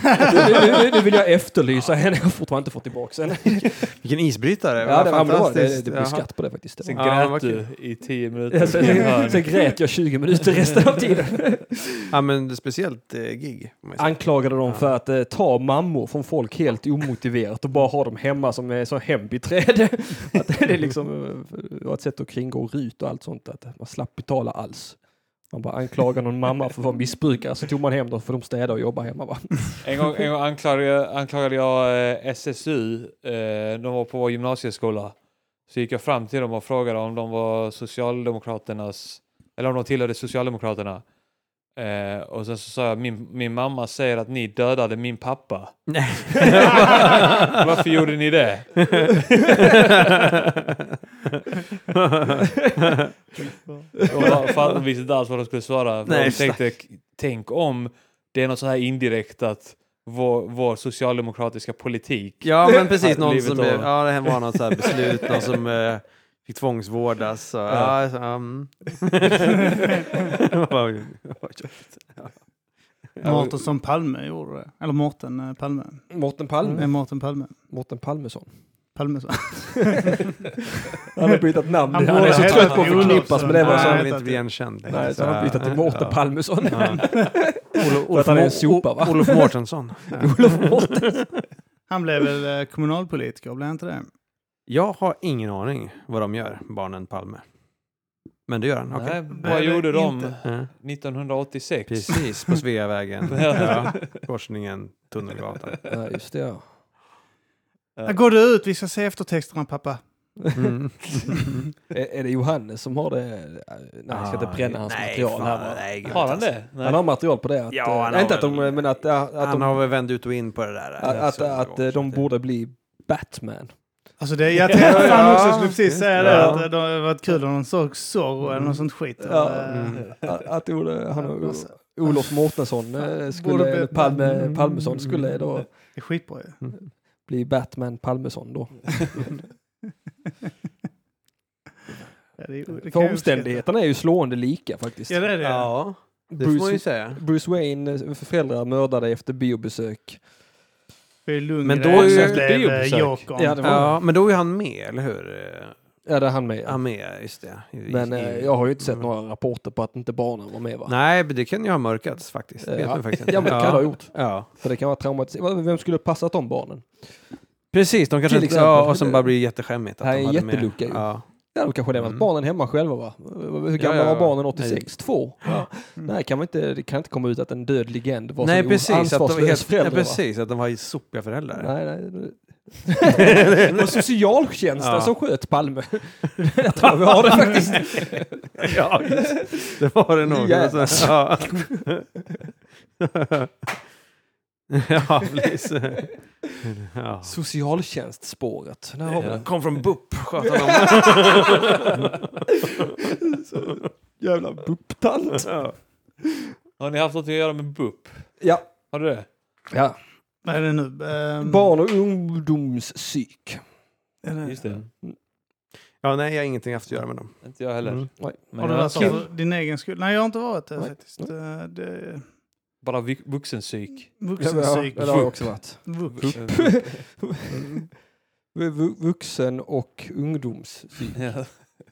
nu, nu vill jag efterlysa henne. Jag har fortfarande inte fått tillbaka henne. Vilken isbrytare. Ja, det, Vad men det, var, det, fantastiskt. det blir Jaha. skatt på det faktiskt. Sen Det var. Ja, grät vad du kul. i tio minuter. Ja, sen, sen grät jag tjugo minuter resten av tiden. Ja, men det är speciellt eh, gig. får man ju säga. Anklagade dem Ja. för att eh, ta mammor från folk helt omotiverat och bara ha dem hemma som är så hembiträde. Att det är liksom eh, var ett sätt att kringgå rut och allt sånt. Att man slapp betala alls. Man bara anklagar någon mamma för att vara missbrukare, så tog man hem dem för de städar och jobbar hemma. Va? En gång, en gång anklagade, anklagade jag eh, S S U. Eh, de var på vår gymnasieskola. Så gick jag fram till dem och frågade om de var Socialdemokraternas, eller om de tillhörde Socialdemokraterna. Eh, och sen så sa jag, min, min mamma säger att ni dödade min pappa. Nej. Varför gjorde ni det? Och bara, för de visste inte alls vad de skulle svara. För Nej, de tänkte, tänk om det är något så här indirekt att vår, vår socialdemokratiska politik. Ja, men precis. Att Någon livet som, av- ja, det här var något så här beslut, någon som eh, fick tvångsvårdas. Så, ja. Ja, så, um. Vad- vad jobbigt. Ja. Mårten som Palme gjorde det. Eller Mårten eh, Palme. Mårten Palme. Nej, Mårten Palme. Mårten Palmesson. Palmesson. Han har bytt namn. Han Han, borde är så heta trött på att Olof, förknippas så- med det. Nej, Var han så, vill inte bli igenkänd. nej, så han har bytt till Mårten Ja. Palmesson. Ja. Olof, För att han är en sopa, va? Olof Mårtensson. Ja. Olof Mårten. Han blev väl eh, kommunalpolitiker, blev han inte det? Jag har ingen aning vad de gör, barnen Palme. Men det gör han, okej. Nej, Nej, vad det gjorde är de inte. Ja. nittonhundraåttiosex? Precis, på Sveavägen. Ja. Korsningen, Tunnelgatan. Ja, just det. Ja. Ja. Går du ut? Vi ska se eftertexterna, pappa. Mm. är, är det Johannes som har det? Nej, jag ska inte bränna hans nej, material fan, här. Nej, har han det? Nej. Han har material på det. Att, ja, äh, inte att de, men att, att, att han de, har väl vänt ut och in på det där. Att, att, att, att de borde bli Batman. Alltså det, jag tänkte fan också skulle precis säga det, ja. Att det hade varit kul om någon såg Zorro eller något sånt skit. Ja. Mm. Att, att Ole, han och Olof Mårtensson skulle, Palme, Palmesson skulle då... Det är skitbra ju. Ja. Bli Batman Palmesson då. Ja, det, det för omständigheterna är ju slående lika faktiskt. Ja, det är det. Ja, det Bruce, får man ju säga. Bruce Wayne föräldrar mördade efter biobesök. Men då är ju ja, ja, men då är han med, eller hur? Ja, det är han med. Ja, med, just det. I, men i, jag har ju inte sett mm. några rapporter på att inte barnen var med, va? Nej, men det kan ju ha mörkats faktiskt. Det vet ja. man faktiskt inte. Ja, men det kan ja. ha gjort. Ja. För det kan vara traumatiserat. Vem skulle passat om barnen? Precis, de kanske inte, ja, och som bara blir jätteskämmigt. Det här är en jättelucka ju. Ja. Ja, de kanske lämnat mm. barnen hemma själva, va? Hur gamla ja, ja. var barnen åttiosex? Nej. Två? Ja. Mm. Nej, kan man inte, det kan inte komma ut att en död legend var nej, precis, ansvarslös att de, helt, föräldrar. Nej, precis, att de var sopiga föräldrar. Nej, nej. Det var socialtjänsten ja. som sköt Palme. Jag tror vi har det faktiskt. Ja, det var det nog. Yes. Ja. Ja, precis. Ja. Socialtjänstspåret. Ja. Kom från B U P, sköt han om. Jävla B U P-tant. Ja. Har ni haft något att göra med B U P? Ja. Har du det? Ja. Vad är det nu? Um... Barn- och ungdomspsyk. Just det. Ja, nej, jag har ingenting haft att göra med dem. Inte jag heller. Mm. Nej. Men har du varit för din egen skull? Nej, jag har inte varit det nej. faktiskt. Det, det... Bara vuxenpsyk. Vuxenpsyk. Ja, det har jag också varit. Vuxen- och ungdomspsyk. Ja.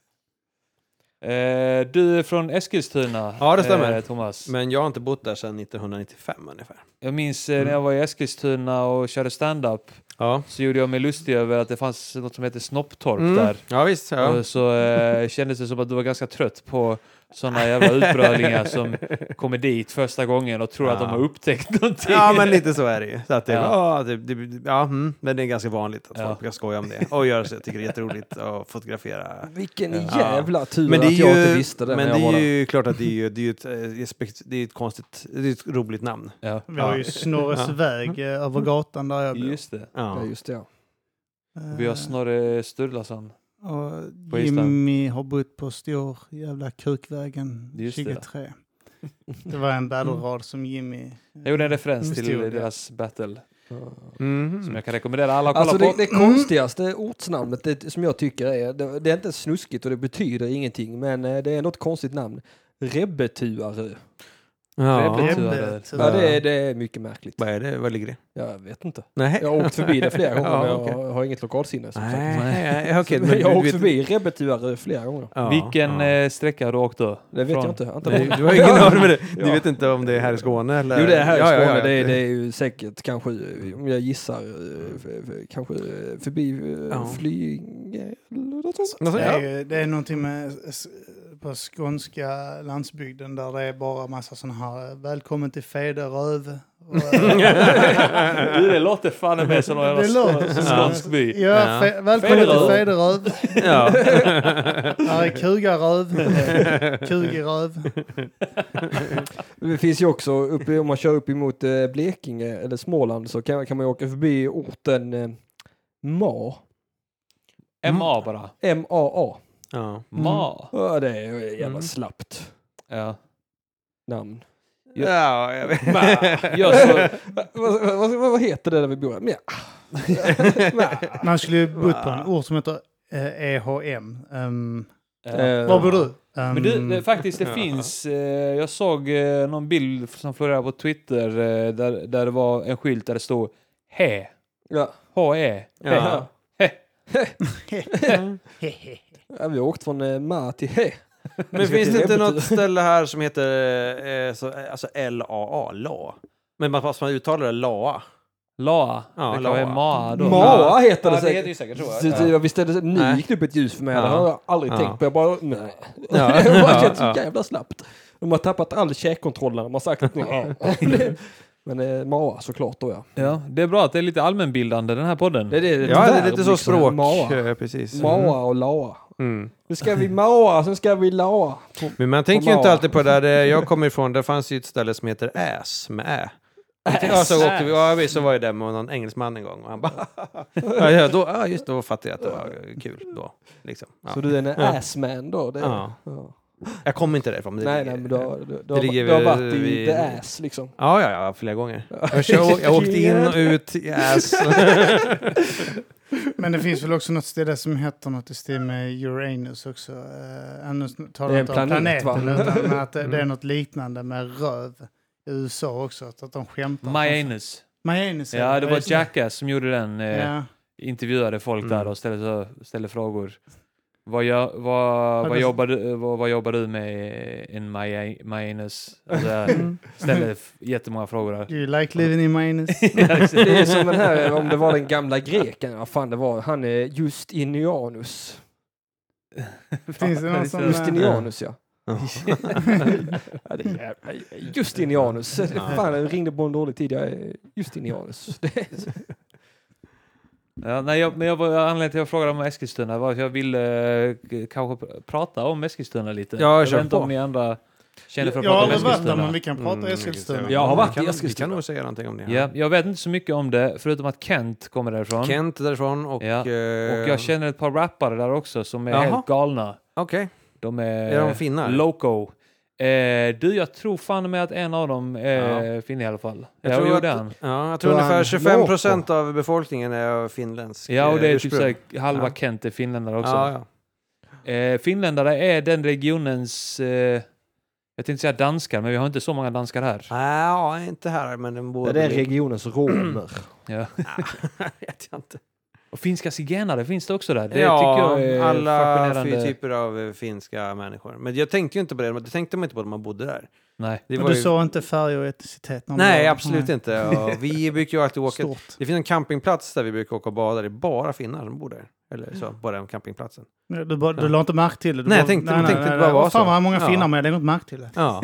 Eh, du är från Eskilstuna. Ja, det stämmer. Eh, Thomas. Men jag har inte bott där sedan nittonhundranittiofem ungefär. Jag minns eh, mm. när jag var i Eskilstuna och körde stand-up. Ja. Så gjorde jag mig lustig över att det fanns något som heter Snopptorp mm. där. Ja, visst. Ja. Och så eh, kändes det som att du var ganska trött på sådana jävla utbrölingar som kommer dit första gången och tror ja. att de har upptäckt någonting. Ja, men lite så är det ju. Så att det, ja. Ja, det, det, ja, mm, men det är ganska vanligt att ja. folk ska skoja om det. Och göra så. Jag tycker det är jätteroligt att fotografera. Vilken jävla tur men det är att ju, jag inte visste det. Men det är ju klart att det är ju det är ett, det är ett konstigt, det är ett roligt namn. Ja. Vi har ju Snorres väg över gatan där jag bor. Just det. Ja, just det. Ja. Vi har Snorre Sturlason. Och Jimmy har bott på stor jävla Kukvägen tjugotre. Det. det var en battle-rad som Jimmy... Jag gjorde en referens till stod, deras battle. Mm. Som jag kan rekommendera alla att kolla alltså på. Det, det konstigaste mm. ortsnamnet det, som jag tycker är... Det, det är inte snuskigt och det betyder ingenting. Men det är något konstigt namn. Rebbetuarö. Ja, Rebbetuarö. Ja, det är, det är mycket märkligt. Vad är det? Vad ligger det? Jag vet inte. Nej. Jag har åkt förbi det flera gånger, ja, men okay. jag har inget lokalsinne. Som nej, sagt. nej, okay, men jag har åkt förbi Rebbetuarö flera gånger. Ja, Vilken ja. sträcka har du åkt då? Det vet Från... jag inte. inte nej, du har ingen aning med det. Du ja. vet inte om det är här i Skåne? Eller? Jo, det är här i Skåne. Ja, ja, ja. Det, är, det är ju säkert kanske, om jag gissar, kanske förbi ja. Flyinge eller något sånt. Det är, det är någonting med... på skånska landsbygden där det är bara massa sådana här välkommen till Federöv. Det låter fan med som någon skånsk by. Ja, ja. Fe- välkommen Federöv. till Federöv. Ja. Här är Kugaröv. Kugeröv. Det finns ju också, uppe, om man kör upp emot eh, Blekinge eller Småland så kan, kan man åka förbi orten eh, Ma. M A bara. M A A. Ja. Ma. Mm. Ja, det är ju jävla mm. slappt. Ja. Namn. Ja, jag vet. Ja, så, vad, vad, vad, vad heter det där vi bor? Ja. Man skulle ju bo på en ort som heter eh, E H M. Um, uh, var bor du? Um, Men du, det, faktiskt det ja. finns, eh, jag såg eh, någon bild som florerade på Twitter eh, där, där det var en skylt där det stod He. Ja. H-E. Ja. He. He. Ja, vi har åkt från eh, Ma till He. Men finns det inte något ställe här som heter eh, så, alltså L A A, La? Men man fast man uttalar det La'a. La'a? Ja, det kan vara Maa då. Maa heter det ja, säkert. Det heter ju säkert tror jag. Ja. Visst är det, nu gick det upp ett ljus för mig. Ja. Det har jag aldrig ja. tänkt på. Jag bara, nej. Ja. Det har känts så jävla slappt. De har tappat all käkkontroll när de har sagt nej. Men eh, Maa såklart då, ja. Ja, det är bra att det är lite allmänbildande den här podden. Det är det, det ja, det är lite liksom, så språk. Maa. Precis. Maa och Laa. Mm. Nu ska vi Maa, sen ska vi Laa. På, Men man tänker ju inte alltid på det där jag kommer ifrån. Där fanns ju ett ställe som heter Äs med Ä. Ja, så åkte vi, ja, vi så var ju där med någon engelsman en gång och han bara ja, ja, då, ja, just då fattade jag att det var kul då. Liksom. Ja. Så du är en ja. assman då? Det, ja. Ja. Jag kommer inte därifrån. Men det nej, ligger, nej, men du har, du, du, det har, du har varit i vid, the ass liksom. Ja, ja, ja, flera gånger. Jag, kör, jag åkte in och ut i ass. Men det finns väl också något ställe som heter något i stil med Uranus också. Uh, det är en planet, planeten, utan att det, det är något liknande med röv i U S A också. Att de skämtar. Mayanus. Mayanus. Ja, ja, det var Jackass som gjorde den. Eh, ja. Intervjuade folk mm. där och ställde, ställde frågor. Vad, jag, vad, vad, jobbar du, vad, vad jobbar du med in Mayanus? Alltså, ställde jättemånga frågor där. Do you like living in Mayanus? Det är som den här, om det var den gamla greken. Vad fan det var? Han är Justinianus. Finns det någon som... Justinianus, ja. ja det är, Justinianus. Fan, jag ringde på en dålig tid. Jag är Justinianus. Ja, nej, jag, men jag var anledningen till att jag frågade om Eskilstuna var att jag ville eh, kanske prata om Eskilstuna lite. Ja, jag vet inte om ni andra känner för att jag prata om Eskilstuna. Jag har varit där, men vi kan prata om mm, Eskilstuna. Jag har varit i Eskilstuna. Vi kan nog säga någonting om det. Ja, jag vet inte så mycket om det, förutom att Kent kommer därifrån. Kent därifrån och... Ja. Uh... Och jag känner ett par rappare där också som är Jaha. helt galna. Okej. Okay. De är... Är de finnar? Loco. Eh, du, jag tror fan med att en av dem är ja. Finn i alla fall. Jag, jag tror gjorde att, han. Ja, jag tror så ungefär tjugofem procent av befolkningen är finländsk. Ja, och det är typ ursprung. så halva ja. Kent är finländare också. Ja, ja. Eh, finländare är den regionens... Eh, jag tänkte säga danskar, men vi har inte så många danskar här. Ja, inte här, men den borde... Det är regionens romer. Ja. vet jag inte. Och finska zigenare finns det också där. Det ja, tycker jag är alla fyra typer av finska människor. Men jag tänkte ju inte på det. Det tänkte man inte på när man bodde där. Nej. Det var du ju... sa inte färg och etnicitet? Nej, var... absolut Nej. inte. Och vi brukar ju alltid åka... Stort. Det finns en campingplats där vi brukar åka och bada. Det är bara finnar som bor där. Eller så, bara den campingplatsen. Nej, du bara, du la inte märke till det? Du nej, bara, jag tänkte, nej, nej, tänkte nej, det bara var så. Fan vad många ja. finnar, men jag lägger inte märke till det. Ja.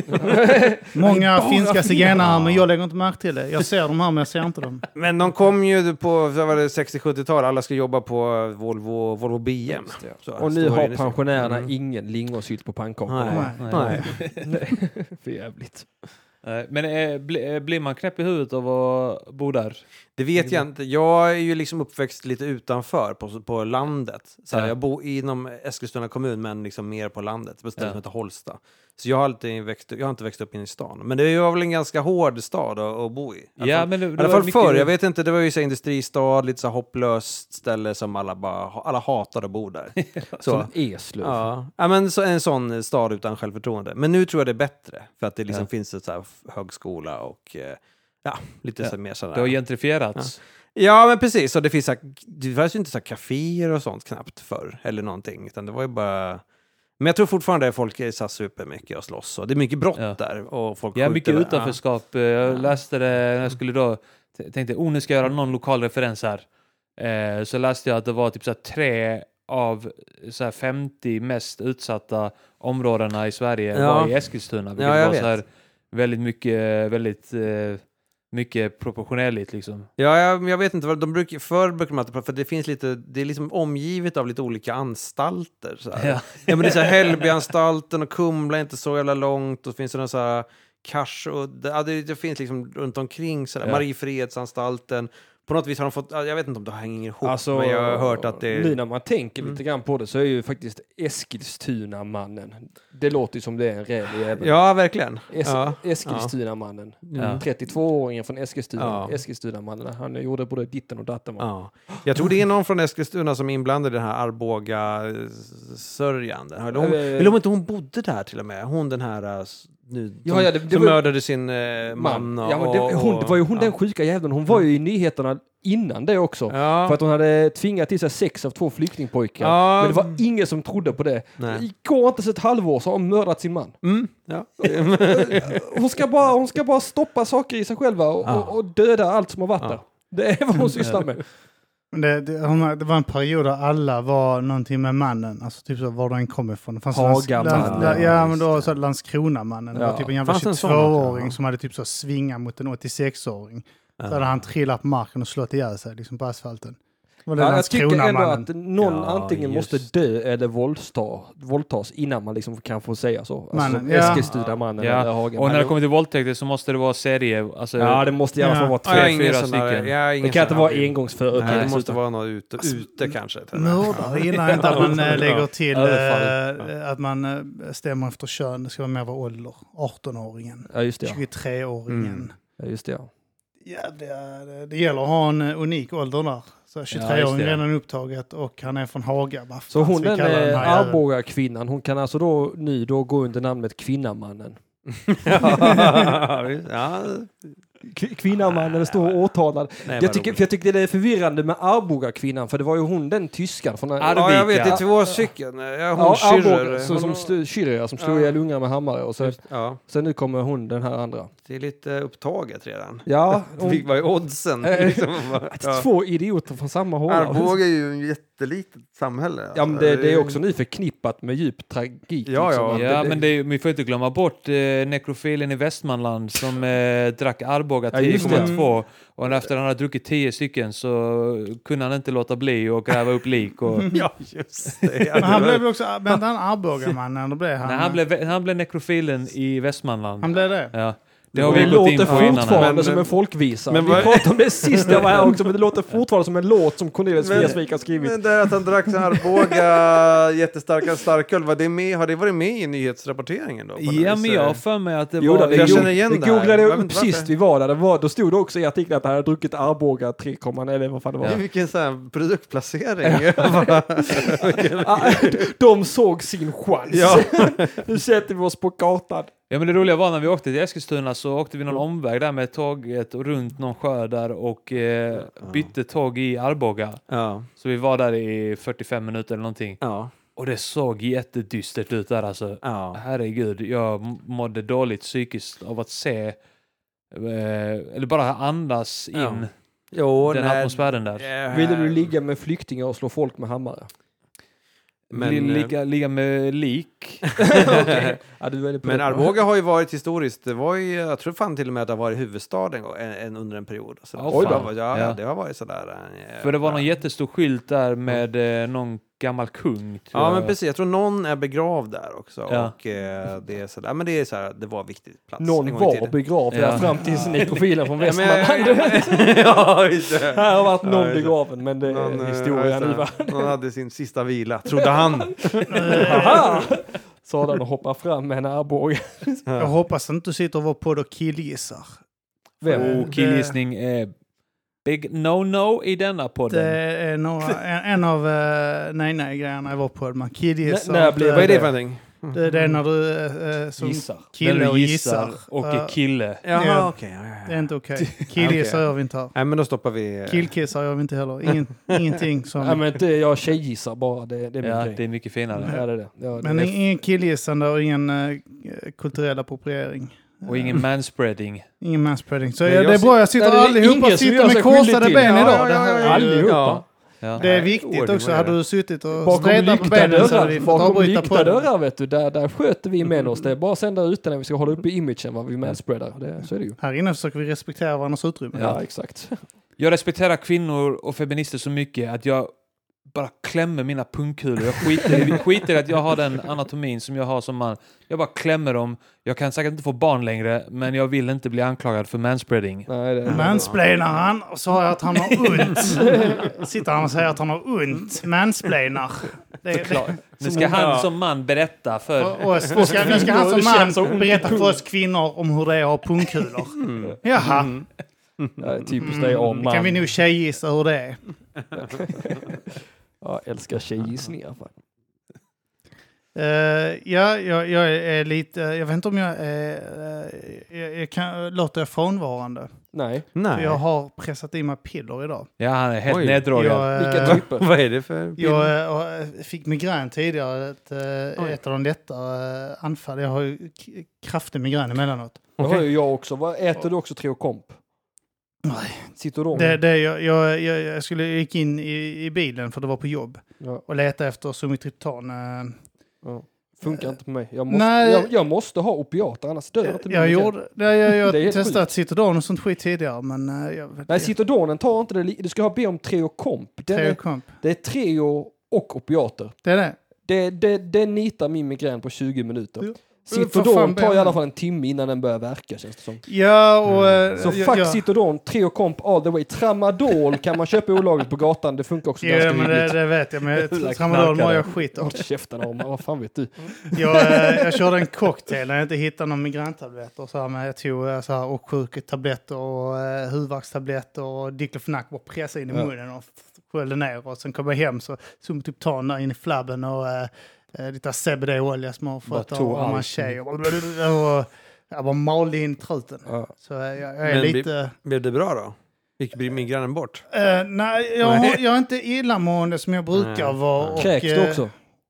Många finska zigenare, men jag lägger inte märke till det. Jag ser dem här, men jag ser inte dem. Men de kom ju på sextio-sjuttiotal. Alla ska jobba på Volvo, Volvo B M. Så, och nu har pensionärerna mm. ingen lingonsylt på pannkakorna. Nej. Nej. Nej. För jävligt. Men är, bli, blir man knäpp i huvudet av att bo där? Det vet jag inte. Jag är ju liksom uppväxt lite utanför på, på landet. Så ja. Jag bor inom Eskilstuna kommun, men liksom mer på landet. På stället som heter Holsta. Så jag har, alltid växt, jag har inte växt upp in i stan. Men det var väl en ganska hård stad att, att bo i. I alla ja, fall, men det, det i alla fall mycket... förr. Jag vet inte, det var ju så industristad, lite så hopplöst ställe som alla bara, alla hatade att bo där. Så. Som Eslöv. Ja, ja men så, en sån stad utan självförtroende. Men nu tror jag det är bättre. För att det liksom ja. finns ett så här högskola och ja, lite ja. så mer sådär. Det har gentrifierats. Ja. Ja, men precis. Och det finns så här, det fanns ju inte så här kaféer och sånt knappt förr. Eller någonting. Utan det var ju bara... Men jag tror fortfarande att folk är så supermycket och slåss. Och det är mycket brott ja. där. Och folk ja, mycket där. utanförskap. Jag ja. läste det när jag skulle då... Tänkte, oh, nu ska jag göra någon lokal referens här. Eh, så läste jag att det var typ så här tre av så här femtio mest utsatta områdena i Sverige ja. var i Eskilstuna. Vilket ja, jag var vet. så här väldigt mycket... Väldigt, eh, mycket proportionellt liksom. Ja, jag, jag vet inte vad de brukar för brukar man för det finns lite det är liksom omgivet av lite olika anstalter så här. Ja. Ja, men det är så här Hällbyanstalten och Kumla är inte så jävla långt och finns det någon så här Kars och det, ja, det, det finns liksom runt omkring så där ja. Mariefredsanstalten. På något vis har de fått, jag vet inte om det hänger ihop, alltså, men jag har hört att det... Nu när man tänker mm. lite grann på det så är ju faktiskt Eskilstuna-mannen. Det låter ju som det är en räv jävel. Ja, verkligen. Es- ja. Eskilstuna-mannen. Ja. trettiotvååringen från Eskilstuna. Ja. Eskilstuna-mannen. Han gjorde både ditten och datten. Ja. Jag tror det är någon från Eskilstuna som är inblandad i den här Arboga-sörjan. Eller om inte hon bodde där till och med. Hon den här... Nu, som, ja, ja, det, det som var, mördade sin eh, man. Och, ja, men det, hon, det var ju hon ja. den sjuka jäveln. Hon var ju i nyheterna innan det också. Ja. För att hon hade tvingat till sig sex av två flyktingpojkar. Ja. Men det var ingen som trodde på det. Nej. Det går inte så ett halvår så har hon mördat sin man. Mm. Ja. hon, ska bara, hon ska bara stoppa saker i sig själva och, ja. och, och döda allt som har varit ja. där. Det är vad hon sysslar med. Men det, det, det var en period där alla var någonting med mannen. Alltså typ så var den kom ifrån. Det fanns Hagamannen. Lands, ja, men då så Landskronamannen. Ja. Det var typ en jävla tjugotvååring som hade typ så svinga mot en åttiosex-åring. Ja. Så hade han trillat på marken och slått ihjäl sig liksom på asfalten. Ja, jag tycker ändå att någon ja, antingen just. måste dö eller våldta, våldtas innan man liksom kan få säga så. Alltså, mannen, ja. Eskilstuna-mannen ja. eller Hagen. Och när det kommer till våldtäkter så måste det vara serie. Alltså, ja, det måste i alla fall ja. vara två, ja, fyra stycken. Ja, det kan inte vara engångsföretag. Det måste vara något ute, ute kanske. Mördare gillar inte att man lägger till äh, att man stämmer efter kön. Det ska vara mer vara ålder. arton-åringen. Ja, just det. tjugotre-åringen. Mm. Ja, just det. Ja. Ja, det, det gäller att ha en unik ålder där. Så tjugotre-åringen ja, redan upptaget och han är från Haga. Varför så hon den är Arboga-kvinnan. Hon kan alltså då nu då gå under namnet Kvinnamannen. ja. Kvinnamannen står åtalad. Nej, jag, tycker, för jag tycker det är förvirrande med Arboga-kvinnan, för det var ju hon den tyskan från Arvika. Ja, jag vet, det är två stycken. Ja, hon ja, Schürrer. Så, som st- Schürrer som slog ja. ihjäl ungar med hammare. Och så, ja. Sen nu kommer hon, den här andra. Det är lite upptaget redan. Ja. Hon, vad är oddsen? liksom, ja. Två idioter från samma håll. Arboga är ju en jättelitet samhälle. Alltså. Ja, men det, det är också nu förknippat med djup tragik. Ja, liksom. ja. ja det, men det är, vi får inte glömma bort eh, nekrofilen i Västmanland som eh, drack Arboga tio komma två. Och efter han hade druckit tio stycken så kunde han inte låta bli och gräva upp lik. Och... ja, just det. Men han blev också, men han Arboga-mannen, då blev han... Nej, han blev, han blev nekrofilen i Västmanland. Han blev det? Ja. Det har vi gått in på fortfarande men, som en folkvisa. Men, vi pratade om det sist jag var här också, men det låter fortfarande som en låt som Cornelis Vreeswijk har skrivit. Men det är att han drack så Arboga jättestarka starköl, var det med, har det varit med i nyhetsrapporteringen då? Ja, men jag har för mig att det jo, var... Det, jag känner igen det. Jag googlade jag upp sist vi var där, det var, då stod det också i artikeln att han hade druckit Arboga tre komma eller vad fan det var. Ja. Vilken sån här produktplacering. De såg sin chans. Ja. Nu sätter vi oss på kartan. Ja, men det roliga var när vi åkte till Eskilstuna så åkte vi någon omväg där med tåget och runt någon sjö där och eh, bytte tåg i Arboga. Ja. Så vi var där i fyrtiofem minuter eller någonting. Ja. Och det såg jättedystert ut där alltså. Ja. Herregud, jag mådde dåligt psykiskt av att se eh, eller bara andas in ja. jo, den nej, atmosfären där. Äh, Ville du ligga med flyktingar och slå folk med hammare? Men, ligga, ligga med lik. okay. ja, men Arboga har ju varit historiskt, det var ju, jag tror fan till och med att det har varit huvudstaden en, en, under en period. Så oh, det, var, ja, ja. det har varit sådär. Ja, för det var någon jättestor skylt där med mm. någon gammal kung. Ja, men precis. Jag tror någon är begravd där också. Ja. Och eh, det är sådär, men det är såhär, det var viktigt plats. Någon var begravd ja. där fram till nekrofilen från Västmanland. ja, här har varit någon ja, begraven, men det är någon, historien nu va? Någon hade sin sista vila, trodde han. Så den och hoppar fram med en Arboga. Jag hoppas att du sitter och var på och killgissar. Vem? Oh, killgissning är big no-no i denna podden. Det är några, en, en av uh, nej-nej-grejerna i vår podd. Man killgissar. Nej, nej, vad är det för någonting? Det, det är när du uh, som gissar. kille och gissar. Och uh, kille. Jaha, ja, okej. Okay, ja, ja. Det är inte okej. Okay. Killgissar gör vi inte här. Nej, men då stoppar vi... Killkissar gör vi inte heller. Ingen, ingenting som... Nej, men inte jag tjejgissar bara. Det, det är ja, mycket. det är mycket finare. Ja, det är det. Ja, det men är ingen killgissande och ingen uh, kulturell appropriering. Och ingen manspreading. Ingen manspreading. Så ja, det är bra, jag sitter allihopa sitter med korsade ben idag. Allihopa. Ja. Det är viktigt också. Hade du suttit och stretat på benen så hade vi fått avbryta på det. Dörrar, vet du, där, där sköter vi med oss. Det är bara att sända ut när vi ska hålla upp i imagen vad vi manspreadar. Det, så är det ju. Här inne försöker vi respektera varandras utrymme. Ja, exakt. Jag respekterar kvinnor och feminister så mycket att jag bara klämmer mina pungkulor. Jag skiter i, skiter i att jag har den anatomin som jag har som man. Jag bara klämmer dem. Jag kan säkert inte få barn längre, men jag vill inte bli anklagad för manspreading. Nej, det mansplainar han och sa att han har ont. Sitter han och säger att han har ont. Mansplainar. Det är klart. Nu ska han som man berätta för oss. Nu ska, nu ska han som man berätta för oss kvinnor om hur det är att ha pungkulor. Mm. Jaha. Mm. Ja, typiskt det om man. Kan vi nog tjejgissa hur det är. Jag älskar tjejgissningar. Uh, ja, jag, jag är lite... Jag vet inte om jag är... Uh, jag, jag kan, låter jag frånvarande? Nej. Nej. Jag har pressat i mig piller idag. Ja, han är helt neddrogad. Uh, Vilka typer? Vad är det för piller? Jag uh, fick migrän tidigare. Ett, uh, ett av de lätta uh, anfall. Jag har ju k- kraftig migrän emellanåt. Det har ju jag också. Vad äter du också Treokomp? Nej. Citodon. Det, det, jag, jag, jag, jag skulle gick in i, i bilen för det var på jobb. Ja. Och leta efter sumatriptan. Äh, ja. Funkar äh, inte på mig. Jag måste, nej, jag, jag måste ha opiater, annars dör jag inte. Jag, gjorde, jag, jag, jag, jag testat Citodon och sånt skit tidigare. Men, äh, jag, nej, Citodonen tar inte det. Du ska ha be om Treokomp. Treokomp. Det är Treo och opiater. Det är det? Det, det, det nitar min migrän på tjugo minuter. Ja. Citodon tar i alla fall en timme innan den börjar verka, känns det som. Ja, och... Mm. Så fuck ja. Citodon, Treokomp all the way. Tramadol kan man köpa olagligt på gatan. Det funkar också ja, ganska men det, det vet jag. Men tramadol mår jag skit av. Håll käften av mig, vad fan vet du? jag, jag körde en cocktail när jag inte hittade någon migräntabletter. Så här, men jag tog så här, och sjuketabletter och uh, huvudvärkstabletter och diklofenak och pressade in i ja. munnen och sköljde ner. Och sen kom jag hem så som typ tar där in i flabben och... Uh, lite C B D-olja som har fått av man tjej och, och, och jag bara malde in truten. Ja. Så jag, jag är men lite... Blev det bra då? Gick migranen bort? Uh, nej, jag, nej. jag är inte illamående som jag brukar nej. vara. Kräks du också?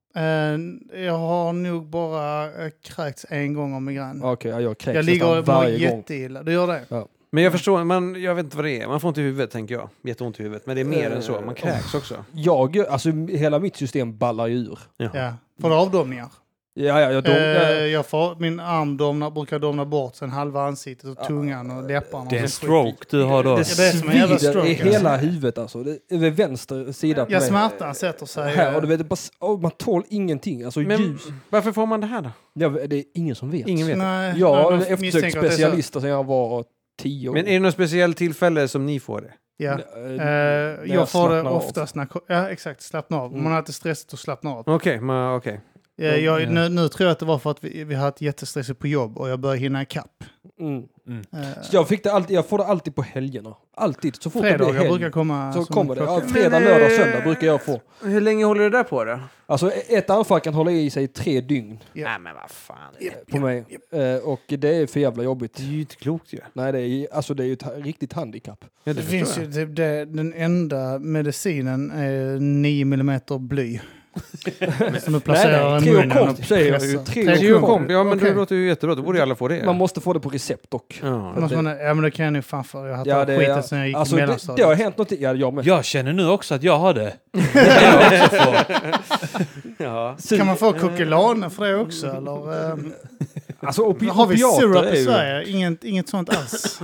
Uh, jag har nog bara uh, kräkts en gång om migrän. Okej, okay, jag kräks jag ligger bara jätteilla. Du gör det? Ja. Men jag förstår, man, jag vet inte vad det är. Man får inte i huvudet, tänker jag. Jätteont i huvudet. Men det är mer uh, än så. Man kräks också. Jag, alltså hela mitt system ballar ju ur. Ja. ja. Får du avdomningar? Ja, ja, jag, dom, uh, jag får, min arm domnar, brukar domna bort sen halva ansiktet och tungan och läpparna. Det är en stroke du har då. Det, det svider i hela alltså. huvudet alltså. Det är vid vänster sida på ja, mig. smärtan sätter sig. Här, och du vet, bara, oh, man tål ingenting. Alltså men ljus. Varför får man det här då? Ja, det är ingen som vet. Ingen vet. Nej, jag har eftersökt specialister sedan jag var tio år. Men är det något speciellt tillfälle som ni får det? Ja, uh, jag, jag får det oftast när... Ja, exakt. Slappna av. Mm. Man har inte stressat och slappna av. Okej, okay, men okej. Okay. Jag, jag, nu, nu tror jag att det var för att vi, vi hade ett jättestressigt på jobb och jag började hinna ikapp. Mm. Mm. Uh, så jag, fick det alltid, jag får det alltid på helgerna. Alltid. Så fort fredag, det blir helg, brukar komma så kommer det. Ja, fredag, lördag, söndag brukar jag få. Hur länge håller det där på då? Alltså ett anfall kan hålla i sig tre dygn. Ja. Nej men vad fan. Yep, på yep, mig. Yep. Uh, och det är för jävla jobbigt. Det är ju inte klokt ju. Nej, det är, alltså, det är ju ett riktigt handikapp. Ja, det det finns ju, det, det, den enda medicinen är nio millimeter bly. Som du placerar i munnen och pressar. Treokomp, ja men okay. Det låter ju jättebra, då borde ju alla få det. Man måste få det på recept dock. Ja, måste man, ja men det kan jag ju fan för. Jag har ja, det, skitit sen jag gick alltså, i mellanstadiet. Det, det har hänt något, ja, jag med. Jag känner nu också att jag har det. jag också få. Ja. Kan man få kokelane för det också? Eller, um, alltså, opi- har vi syrup i Sverige? Inget, inget sånt alls.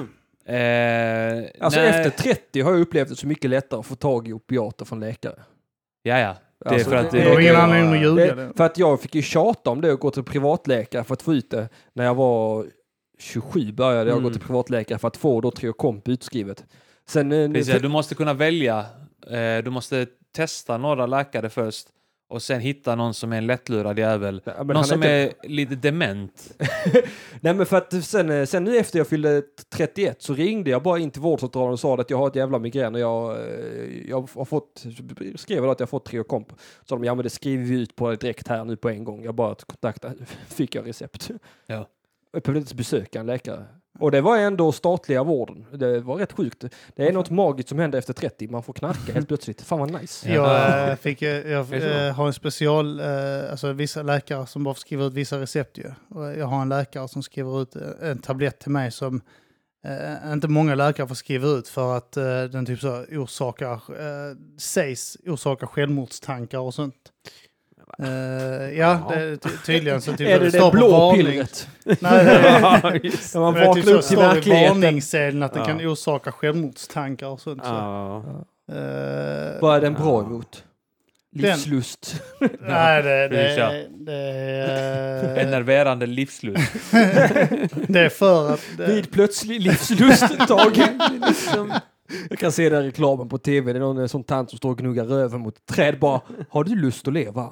Eh, alltså nej. Efter trettio har jag upplevt det så mycket lättare att få tag i opiater från läkare. Ja, ja. Det är alltså, för att det, det är ingen anledning att ljuga det. För att jag fick ju tjata om det och gå till privatläkare för att få ut det. När jag var tjugosju började jag mm. gå till privatläkare för att få då Treokomp utskrivet. Sen, Precis, nu, du måste kunna välja. Eh, du måste testa några läkare först. Och sen hitta någon som är en lättlurad jävel. Ja, någon som inte... är lite dement. Nej men för att sen, sen nu efter jag fyllde trettioett så ringde jag bara in till vårdcentralen och sa att jag har ett jävla migrän och jag, jag har fått, skrev att jag har fått Treokomp. Så de, ja men det skriver vi ut på direkt här nu på en gång. Jag bara kontaktade, fick jag recept. Ja. Jag behövde inte besöka en läkare. Och det var ändå statliga vården. Det var rätt sjukt. Det är något magiskt som händer efter trettio. Man får knarka helt plötsligt. Fan vad nice. Jag, äh, fick, jag, jag äh, har en special, äh, alltså vissa läkare som bara skriver ut vissa recept ju. Och jag har en läkare som skriver ut en tablett till mig som äh, inte många läkare får skriva ut för att äh, den typ så orsakar, äh, sägs orsakar självmordstankar och sånt. Uh, ja, det, ty- tydligen så typ är det det blå pillret? Nej, det är, när man vaknar typ upp till verkligheten. Varningssedeln att det ja. kan orsaka självmordstankar och sånt. Ja. Så. Uh, Vad är den bra emot? Livslust. Nej, det, det, det, det är... Enerverande livslust. Det är för att... Det... Vid plötslig livslust tagen. Liksom. Jag kan se den reklamen på tv. Det är någon sån tant som står och gnuggar röven mot ett träd. Bara, har du lust att leva?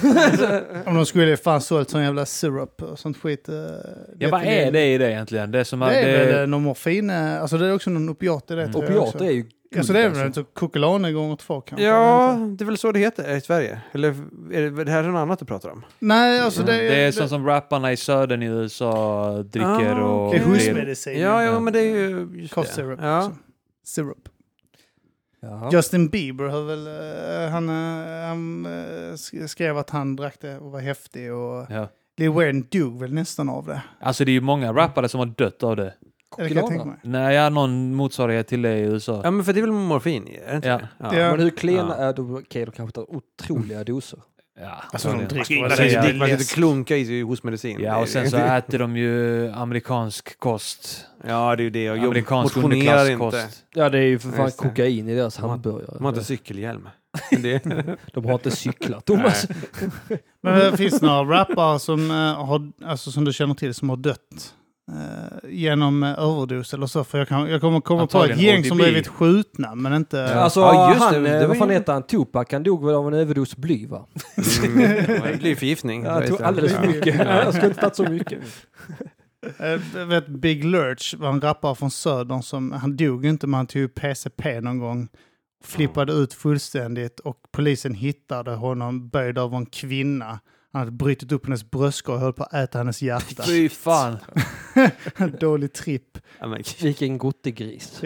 Om de skulle fan sålt sån jävla syrup och sånt skit. Ja, vad är det i det egentligen? Det är, som det är, det... väl någon morfin. Alltså det är också någon opiat i det. Mm. Opiat är ju... Alltså det är väl alltså. Kokelane gånger två kanske? Ja, det är väl så det heter i Sverige. Eller är det, det här är något annat du pratar om? Nej, alltså mm. det, det är det, sånt som rapparna i södern i U S A dricker. Ah, och det är husmedicin. Ja, ja, men det är ju... Just cough syrup. Ja. Syrup. Jaha. Justin Bieber har väl... Uh, han uh, uh, skrev att han drack det och var häftig. Och ja. Lil Wayne dog väl nästan av det. Alltså det är ju många rappare som har dött av det. Nej, jag har någon motsvarighet till det i U S A. Ja, men för det är väl morfin, är det inte ja. det? Ja. Ja. Men hur klena är de? Okej, de kanske tar otroliga doser. Ja, alltså de dricker. Man kan inte klunka i sig hos medicin. Ja, och sen så äter de ju amerikansk kost. Ja, det är ju det. Och amerikansk underklasskost. Ja, det är ju för fan kokain i deras hamburgare. De har inte cykelhjälm. De har inte cyklat, Thomas. Men finns det några rappare som, har, alltså, som du känner till som har dött Uh, genom uh, överdos eller så, för jag, kan, jag kommer komma på ett gäng O D B som blivit skjutna, men inte... Ja, alltså, ja, just han, det, det vad fan heter han? Tupac, han dog väl av en överdos bly, va? Mm. Blyförgiftning. Ja, jag tog alldeles för mycket. Jag skulle inte tagit så mycket. Jag vet, Big Lurch var en rappare från Södern som, han dog inte, men han tog P C P någon gång, flippade ut fullständigt och polisen hittade honom böjd av en kvinna. Han hade brytit upp hennes bröstkorg och höll på att äta hennes hjärta. Fy fan. Dålig tripp. Vilken gottegris.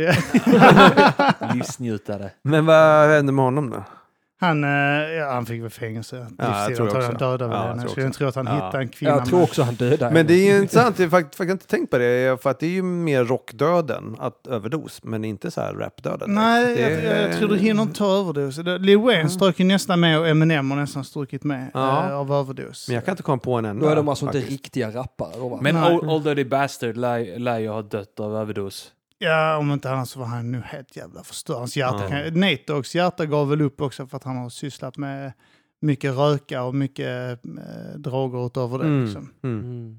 Livsnjutare. Men vad hände med honom då? Han, ja, han fick väl fängelse. Ja, jag tror jag han dödade ja, väl henne. Jag, jag tror att han ja. hittade en kvinna. Jag tror också han dödade. Men det är ju intressant. Jag har faktiskt inte tänkt på det. För att det är ju mer rockdöden att överdos. Men inte så här rapdöden. Nej, det jag, är... jag tror du hinner inte ta överdos. Lil Wayne mm. strök ju nästan med och Eminem har nästan strukit med ja. äh, av överdos. Men jag kan inte komma på en enda. Då är de alltså faktiskt inte riktiga rappare. Då, men Old, Old Dirty Bastard lär ju ha dött av överdos. Ja, om inte han så var han nu helt jävla förstörd. Hans hjärta. Mm. Nate Dogs hjärta gav väl upp också för att han har sysslat med mycket röka och mycket eh, droger utöver det. Mm. Liksom. Mm.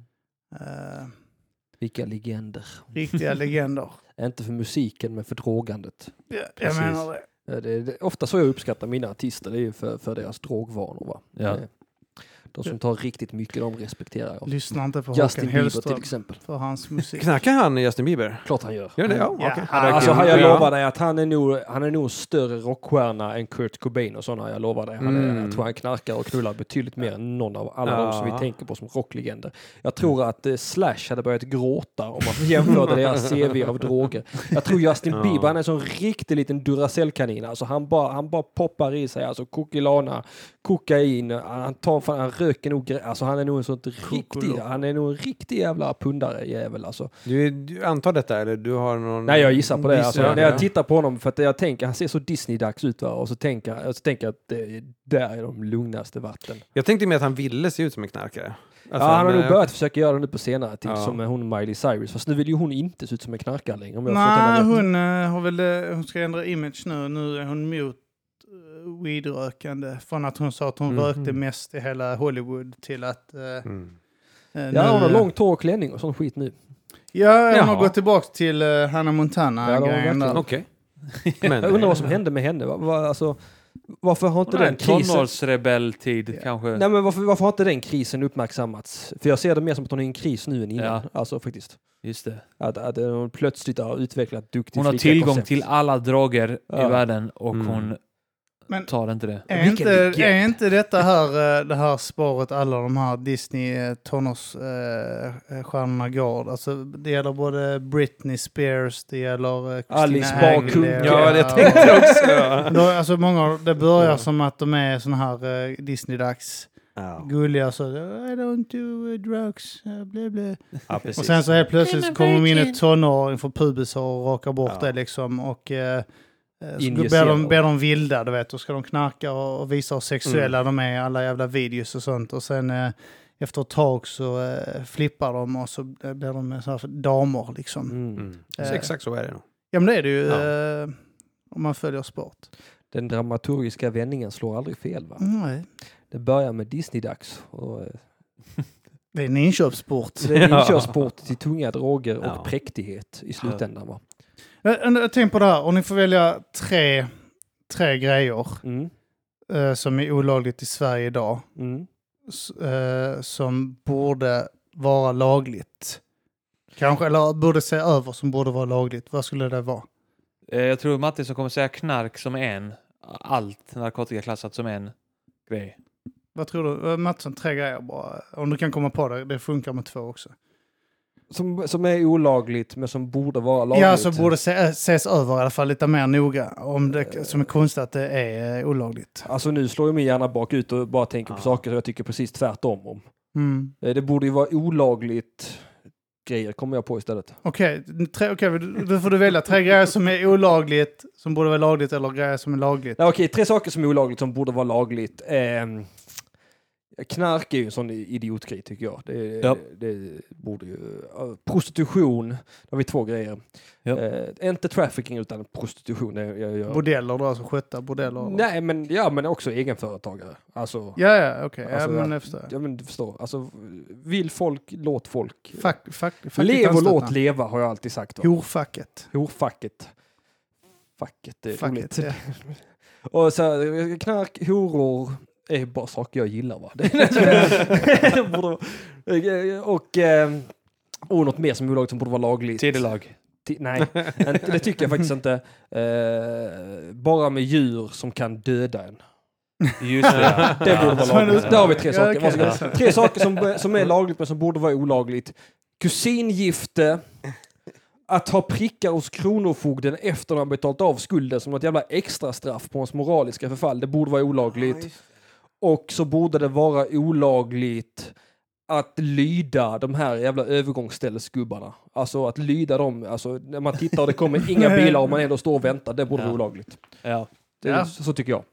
Uh, Vilka legender. Riktiga legender. Inte för musiken, men för drogandet. Ja, jag menar det. Det är, det är ofta så jag uppskattar mina artister, det är ju för, för deras drogvanor. Va? Ja. De som tar riktigt mycket, de respekterar jag. Lyssnar inte på Justin Håkan Bieber till exempel. För hans musik. Knackar han Justin Bieber? Klart han gör. Gör det? Ja, ja. Okay. Alltså har jag lovar dig att han är nog, han är nog en större rockstjärna än Kurt Cobain och sådana. Jag lovar dig. Han är, mm. Jag tror han knarkar och knullar betydligt mer än någon av alla ja. de som vi tänker på som rocklegender. Jag tror att eh, Slash hade börjat gråta om man jämförde deras C V av droger. Jag tror Justin ja. Bieber, han är en sån riktig liten Duracell-kanin. Alltså han bara, han bara poppar i sig. Alltså kokilana, kokain, han tar fan, han röker nog, alltså han är nog en sån riktig, han är nog en riktig jävla pundare jävel alltså. Du, du antar detta eller du har någon... Nej, jag gissar på det. Alltså, ja, när jag ja. tittar på honom, för att jag tänker, han ser så Disney-dags ut, va? Och så tänker jag så tänker att det, där är de lugnaste vatten. Jag tänkte med att han ville se ut som en knarkare. Alltså, ja, han har men... nog börjat försöka göra det nu på senare tid, ja. som hon Miley Cyrus. Fast nu vill ju hon inte se ut som en knarkare längre. Om jag Nej, hon uh, har väl, uh, hon ska ändra image nu. Nu är hon mot uh, weedrökande. Från att hon sa att hon mm. rökte mest i hela Hollywood till att... Uh, mm. uh, ja, hon har långt hår och klänning och sån skit nu. Ja, hon Jaha. har gått tillbaka till uh, Hannah Montana. Ja, okej. Jag undrar vad som hände med henne. Va, va, alltså, varför har inte den krisen... Tonårsrebelltid ja. kanske. Nej, men varför, varför har inte den krisen uppmärksammats? För jag ser det mer som att hon är i en kris nu än innan. Ja. Alltså faktiskt. Just det. Att, att hon plötsligt har utvecklat duktig hon har tillgång koncept. till alla droger ja. i världen och mm. hon men tar inte det. Är inte, är inte detta här, det här spåret alla de här Disney tonårsstjärnorna går? Alltså, det gäller både Britney Spears, det gäller Christina Alice Bakunke. Ja, det tänkte också. Då, alltså många, det börjar ja. som att de är såna här uh, Disney-dags ja. gulliga så I don't do drugs, blä, blä. Ja, och sen så helt plötsligt så kommer de in i tonår inför pubis och rakar bort ja. det liksom och uh, så ber de, ber de vilda, du vet, då ska de knarka och, och visa hur sexuella mm. de är i alla jävla videos och sånt. Och sen eh, efter ett tag så eh, flippar de och så blir de så här damer liksom. Mm. Mm. Eh, så exakt så är det nog. Ja, men det är det ju ja. eh, om man följer sport. Den dramaturgiska vändningen slår aldrig fel, va? Nej. Det börjar med Disney-dags och... det är en inköpssport. Det är en inköpssport till tunga droger och ja. präktighet i slutändan, va? Jag, jag tänker på det här, och ni får välja tre, tre grejer mm. uh, som är olagligt i Sverige idag. Mm. S- uh, som borde vara lagligt. Kanske, eller borde se över som borde vara lagligt. Vad skulle det vara? Eh, jag tror Mattis som kommer säga knark som en. Allt narkotikaklassat som en grej. Vad tror du? Mattsson, tre grejer bara. Om du kan komma på det, det funkar med två också. Som, som är olagligt men som borde vara lagligt. Ja, som borde se, ses över i alla fall lite mer noga. Om det som är konstigt att det är olagligt. Alltså nu slår jag min hjärna bakut och bara tänker ja. på saker som jag tycker precis tvärtom om. Mm. Det borde ju vara olagligt idiotgrejer kommer jag på istället. Okej, okay, okay, då får du välja tre grejer som är olagligt, som borde vara lagligt, eller grejer som är lagligt. Ja, okej, tre saker som är olagligt som borde vara lagligt. Eh, knark är ju en sån idiotgrej tycker jag. Det, ja. det, det borde ju... Prostitution, då har vi två grejer. Ja. Eh, inte trafficking utan prostitution. Jag, jag, bordeller då, alltså skötta bordeller? Eller? Nej, men, ja, men också egenföretagare. Alltså, ja, ja, okej. Okay. Alltså, ja, men jag förstår. Ja, men du förstår. Alltså, vill folk, låt folk. Fuck, fuck, fuck Lev och låt leva har jag alltid sagt. Horfacket. Horfacket. Facket, det är Fuck roligt. It, ja. Och så knark, horor är bara saker jag gillar, va? och, eh, och något mer som är olagligt som borde vara lagligt. Tidelag. T- nej, det tycker jag faktiskt inte. Eh, bara med djur som kan döda en. Just det. Det borde vara lagligt. Där har vi tre saker. Ja, okay. Tre saker som, som är lagligt men som borde vara olagligt. Kusingifte. Att ha prickar hos kronofogden efter att man betalt av skulden som något jävla extra straff på ens moraliska förfall. Det borde vara olagligt. Och så borde det vara olagligt att lyda de här jävla övergångsställesgubbarna. Alltså att lyda dem. Alltså när man tittar och det kommer inga bilar och man ändå står och väntar. Det borde ja. vara olagligt. Ja. Det, ja. Så, så tycker jag.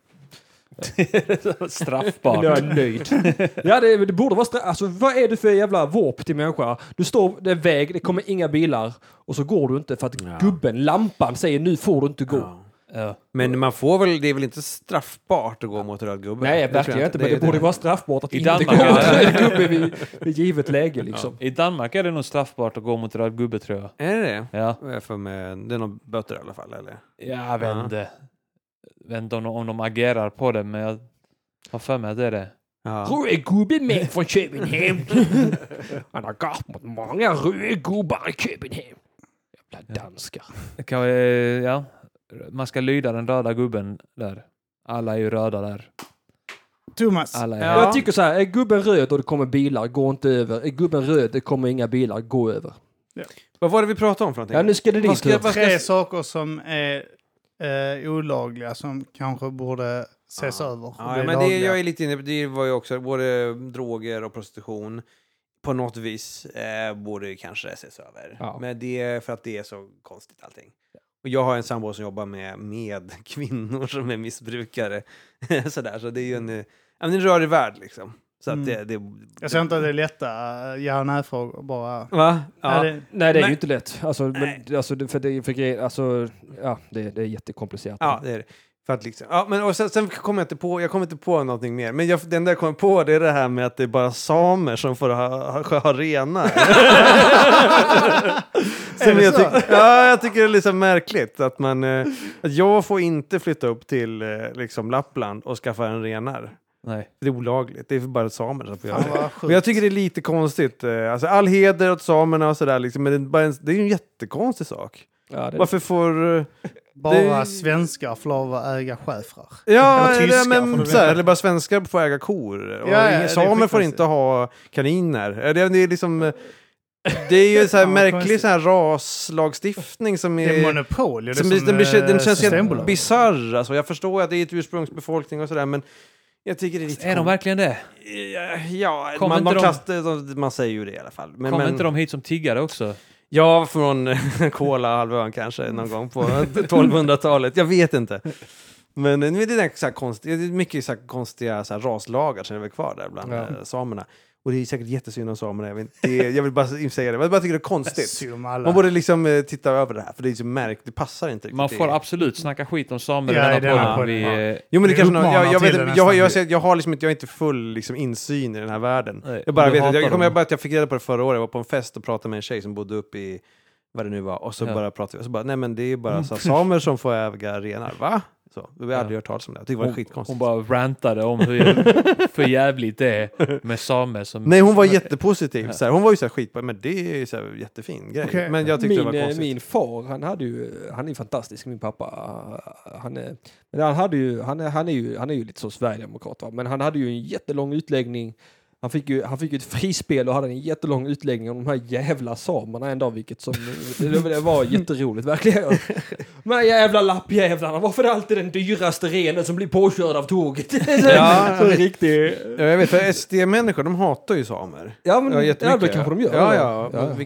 Straffbart. Jag är nöjd. Ja, det, det borde vara straff. Alltså vad är du för jävla våp till människa? Du står, det är väg, det kommer inga bilar och så går du inte för att ja. gubben, lampan säger nu får du inte gå. Ja. Ja. Men man får väl, det är väl inte straffbart att gå mot röd gubbe? Nej, verkligen inte. Men det, det borde det. vara straffbart att I inte Danmark, gå mot röd gubbe vid, vid givet läge. Liksom. Ja. I Danmark är det nog straffbart att gå mot röd gubbe, tror jag. Är det det? Ja. För med, det är nog böter i alla fall, eller? Ja, jag vet inte. Jag vet inte om, om de agerar på det, men jag har för mig att det är det. Ja. Röd gubbe med från Köpenhamn. Han har gått mot många röda gubbar i Köpenhamn. Jävla danskar. Kan vi, ja. Man ska lyda den röda gubben där. Alla är ju röda där. Thomas. Alla är ja. Jag tycker så här, är gubben röd och det kommer bilar, gå inte över. Är gubben röd, det kommer inga bilar, gå över. Ja. Vad var det vi pratade om för någonting? Ja, nu ska det dit. Ska, tre saker som är eh, olagliga som kanske borde ses ja. över. Ja, men det jag är lite inne på, det var ju också både droger och prostitution. På något vis eh, borde kanske ses över. Ja. Men det är för att det är så konstigt allting. Och jag har en sambo som jobbar med, med kvinnor som är missbrukare. Sådär, så det är ju en, en rörig värld liksom. Så att det, det, jag ser inte att det är lätta ja och nej-frågor bara. Va? Ja. Det, nej, det är men, ju inte lätt. Alltså, men, alltså, för det, för, alltså, ja, det, det är jättekomplicerat. Ja, det är det. För att liksom, ja, men och sen, sen kommer jag inte på, jag kommer inte på någonting mer. Men jag, den där jag kommer på det är det här med att det är bara samer som får ha, ha, ha renar. Som jag, tyck, ja, jag tycker det är liksom märkligt att man, eh, att jag får inte flytta upp till eh, liksom Lappland och skaffa en renar. Nej. Det är olagligt. Det är bara samer som får göra det. Men jag tycker det är lite konstigt. Alltså all heder åt samerna och sådär liksom, men det är, bara en, det är ju en jättekonstig sak. Ja, det varför får... Bara det... svenskar får lov att äga schäfrar. Ja, eller, tyskar, men, så här, eller bara svenskar får äga kor. Och ja, ja, samer får inte ha kaniner. Det, det är liksom... Det är ju så här ja, märklig så här raslagstiftning som är... Det är monopol. Det som, som den, blir, den känns helt bizarr. Alltså, jag förstår att det är ett ursprungsbefolkning och sådär, men jag tycker det är lite... Är de verkligen det? Ja, ja man, man, de... klass, man säger ju det i alla fall. Men, kommer men... inte de hit som tiggare också? Ja, från Kola-halvön kanske någon gång på tolvhundratalet. Jag vet inte. Men det är, så här konst, det är mycket så här konstiga så här raslagar som är väl kvar där bland ja. samerna. Och det är säkert jättesynd om samerna. Jag, vet, det, jag vill bara säga det. Jag bara tycker det är konstigt. Man borde liksom uh, titta över det här. För det är så märkt. Det passar inte riktigt. Man får det. absolut snacka skit om samer. Ja, det ja, vi, ja. Jo, men det kanske någon, jag, jag, vet, jag, jag, jag, jag, jag har liksom inte, jag har inte full liksom, insyn i den här världen. Nej, jag bara vet att jag, jag, jag, bara att jag fick reda på det förra året. Jag var på en fest och pratade med en tjej som bodde uppe i vad det nu var. Och så ja. bara pratade vi. Och så bara, nej men det är bara så samer som får äga renar. Va? Så, vi har aldrig hört talas om det. Jag tycker det var skitkonstigt. Hon bara rantade om hur för jävligt det är med samer som... Nej, hon var jättepositiv. Så här, hon var ju så här skit på, men det är så här jättefin grej. Okay. Men jag tyckte min, det var konstigt. Min far, han hade ju, han är fantastisk, min pappa. Han är, men han hade ju, han är, han är ju, han är ju lite så sverigedemokrat, va? Men han hade ju en jättelång utläggning. Han fick ju, han fick ju ett frispel och hade en jättelång utläggning om de här jävla samerna en dag, vilket som det, det var jätteroligt verkligen. De här jävla lappjävlarna, varför är det alltid den dyraste renen som blir påkörd av tåget? Ja, så riktigt. Ja, jag vet, för S D-människor, de hatar ju samer. Ja, men ja, det kanske de gör. Ja, ja, ja. Vilket,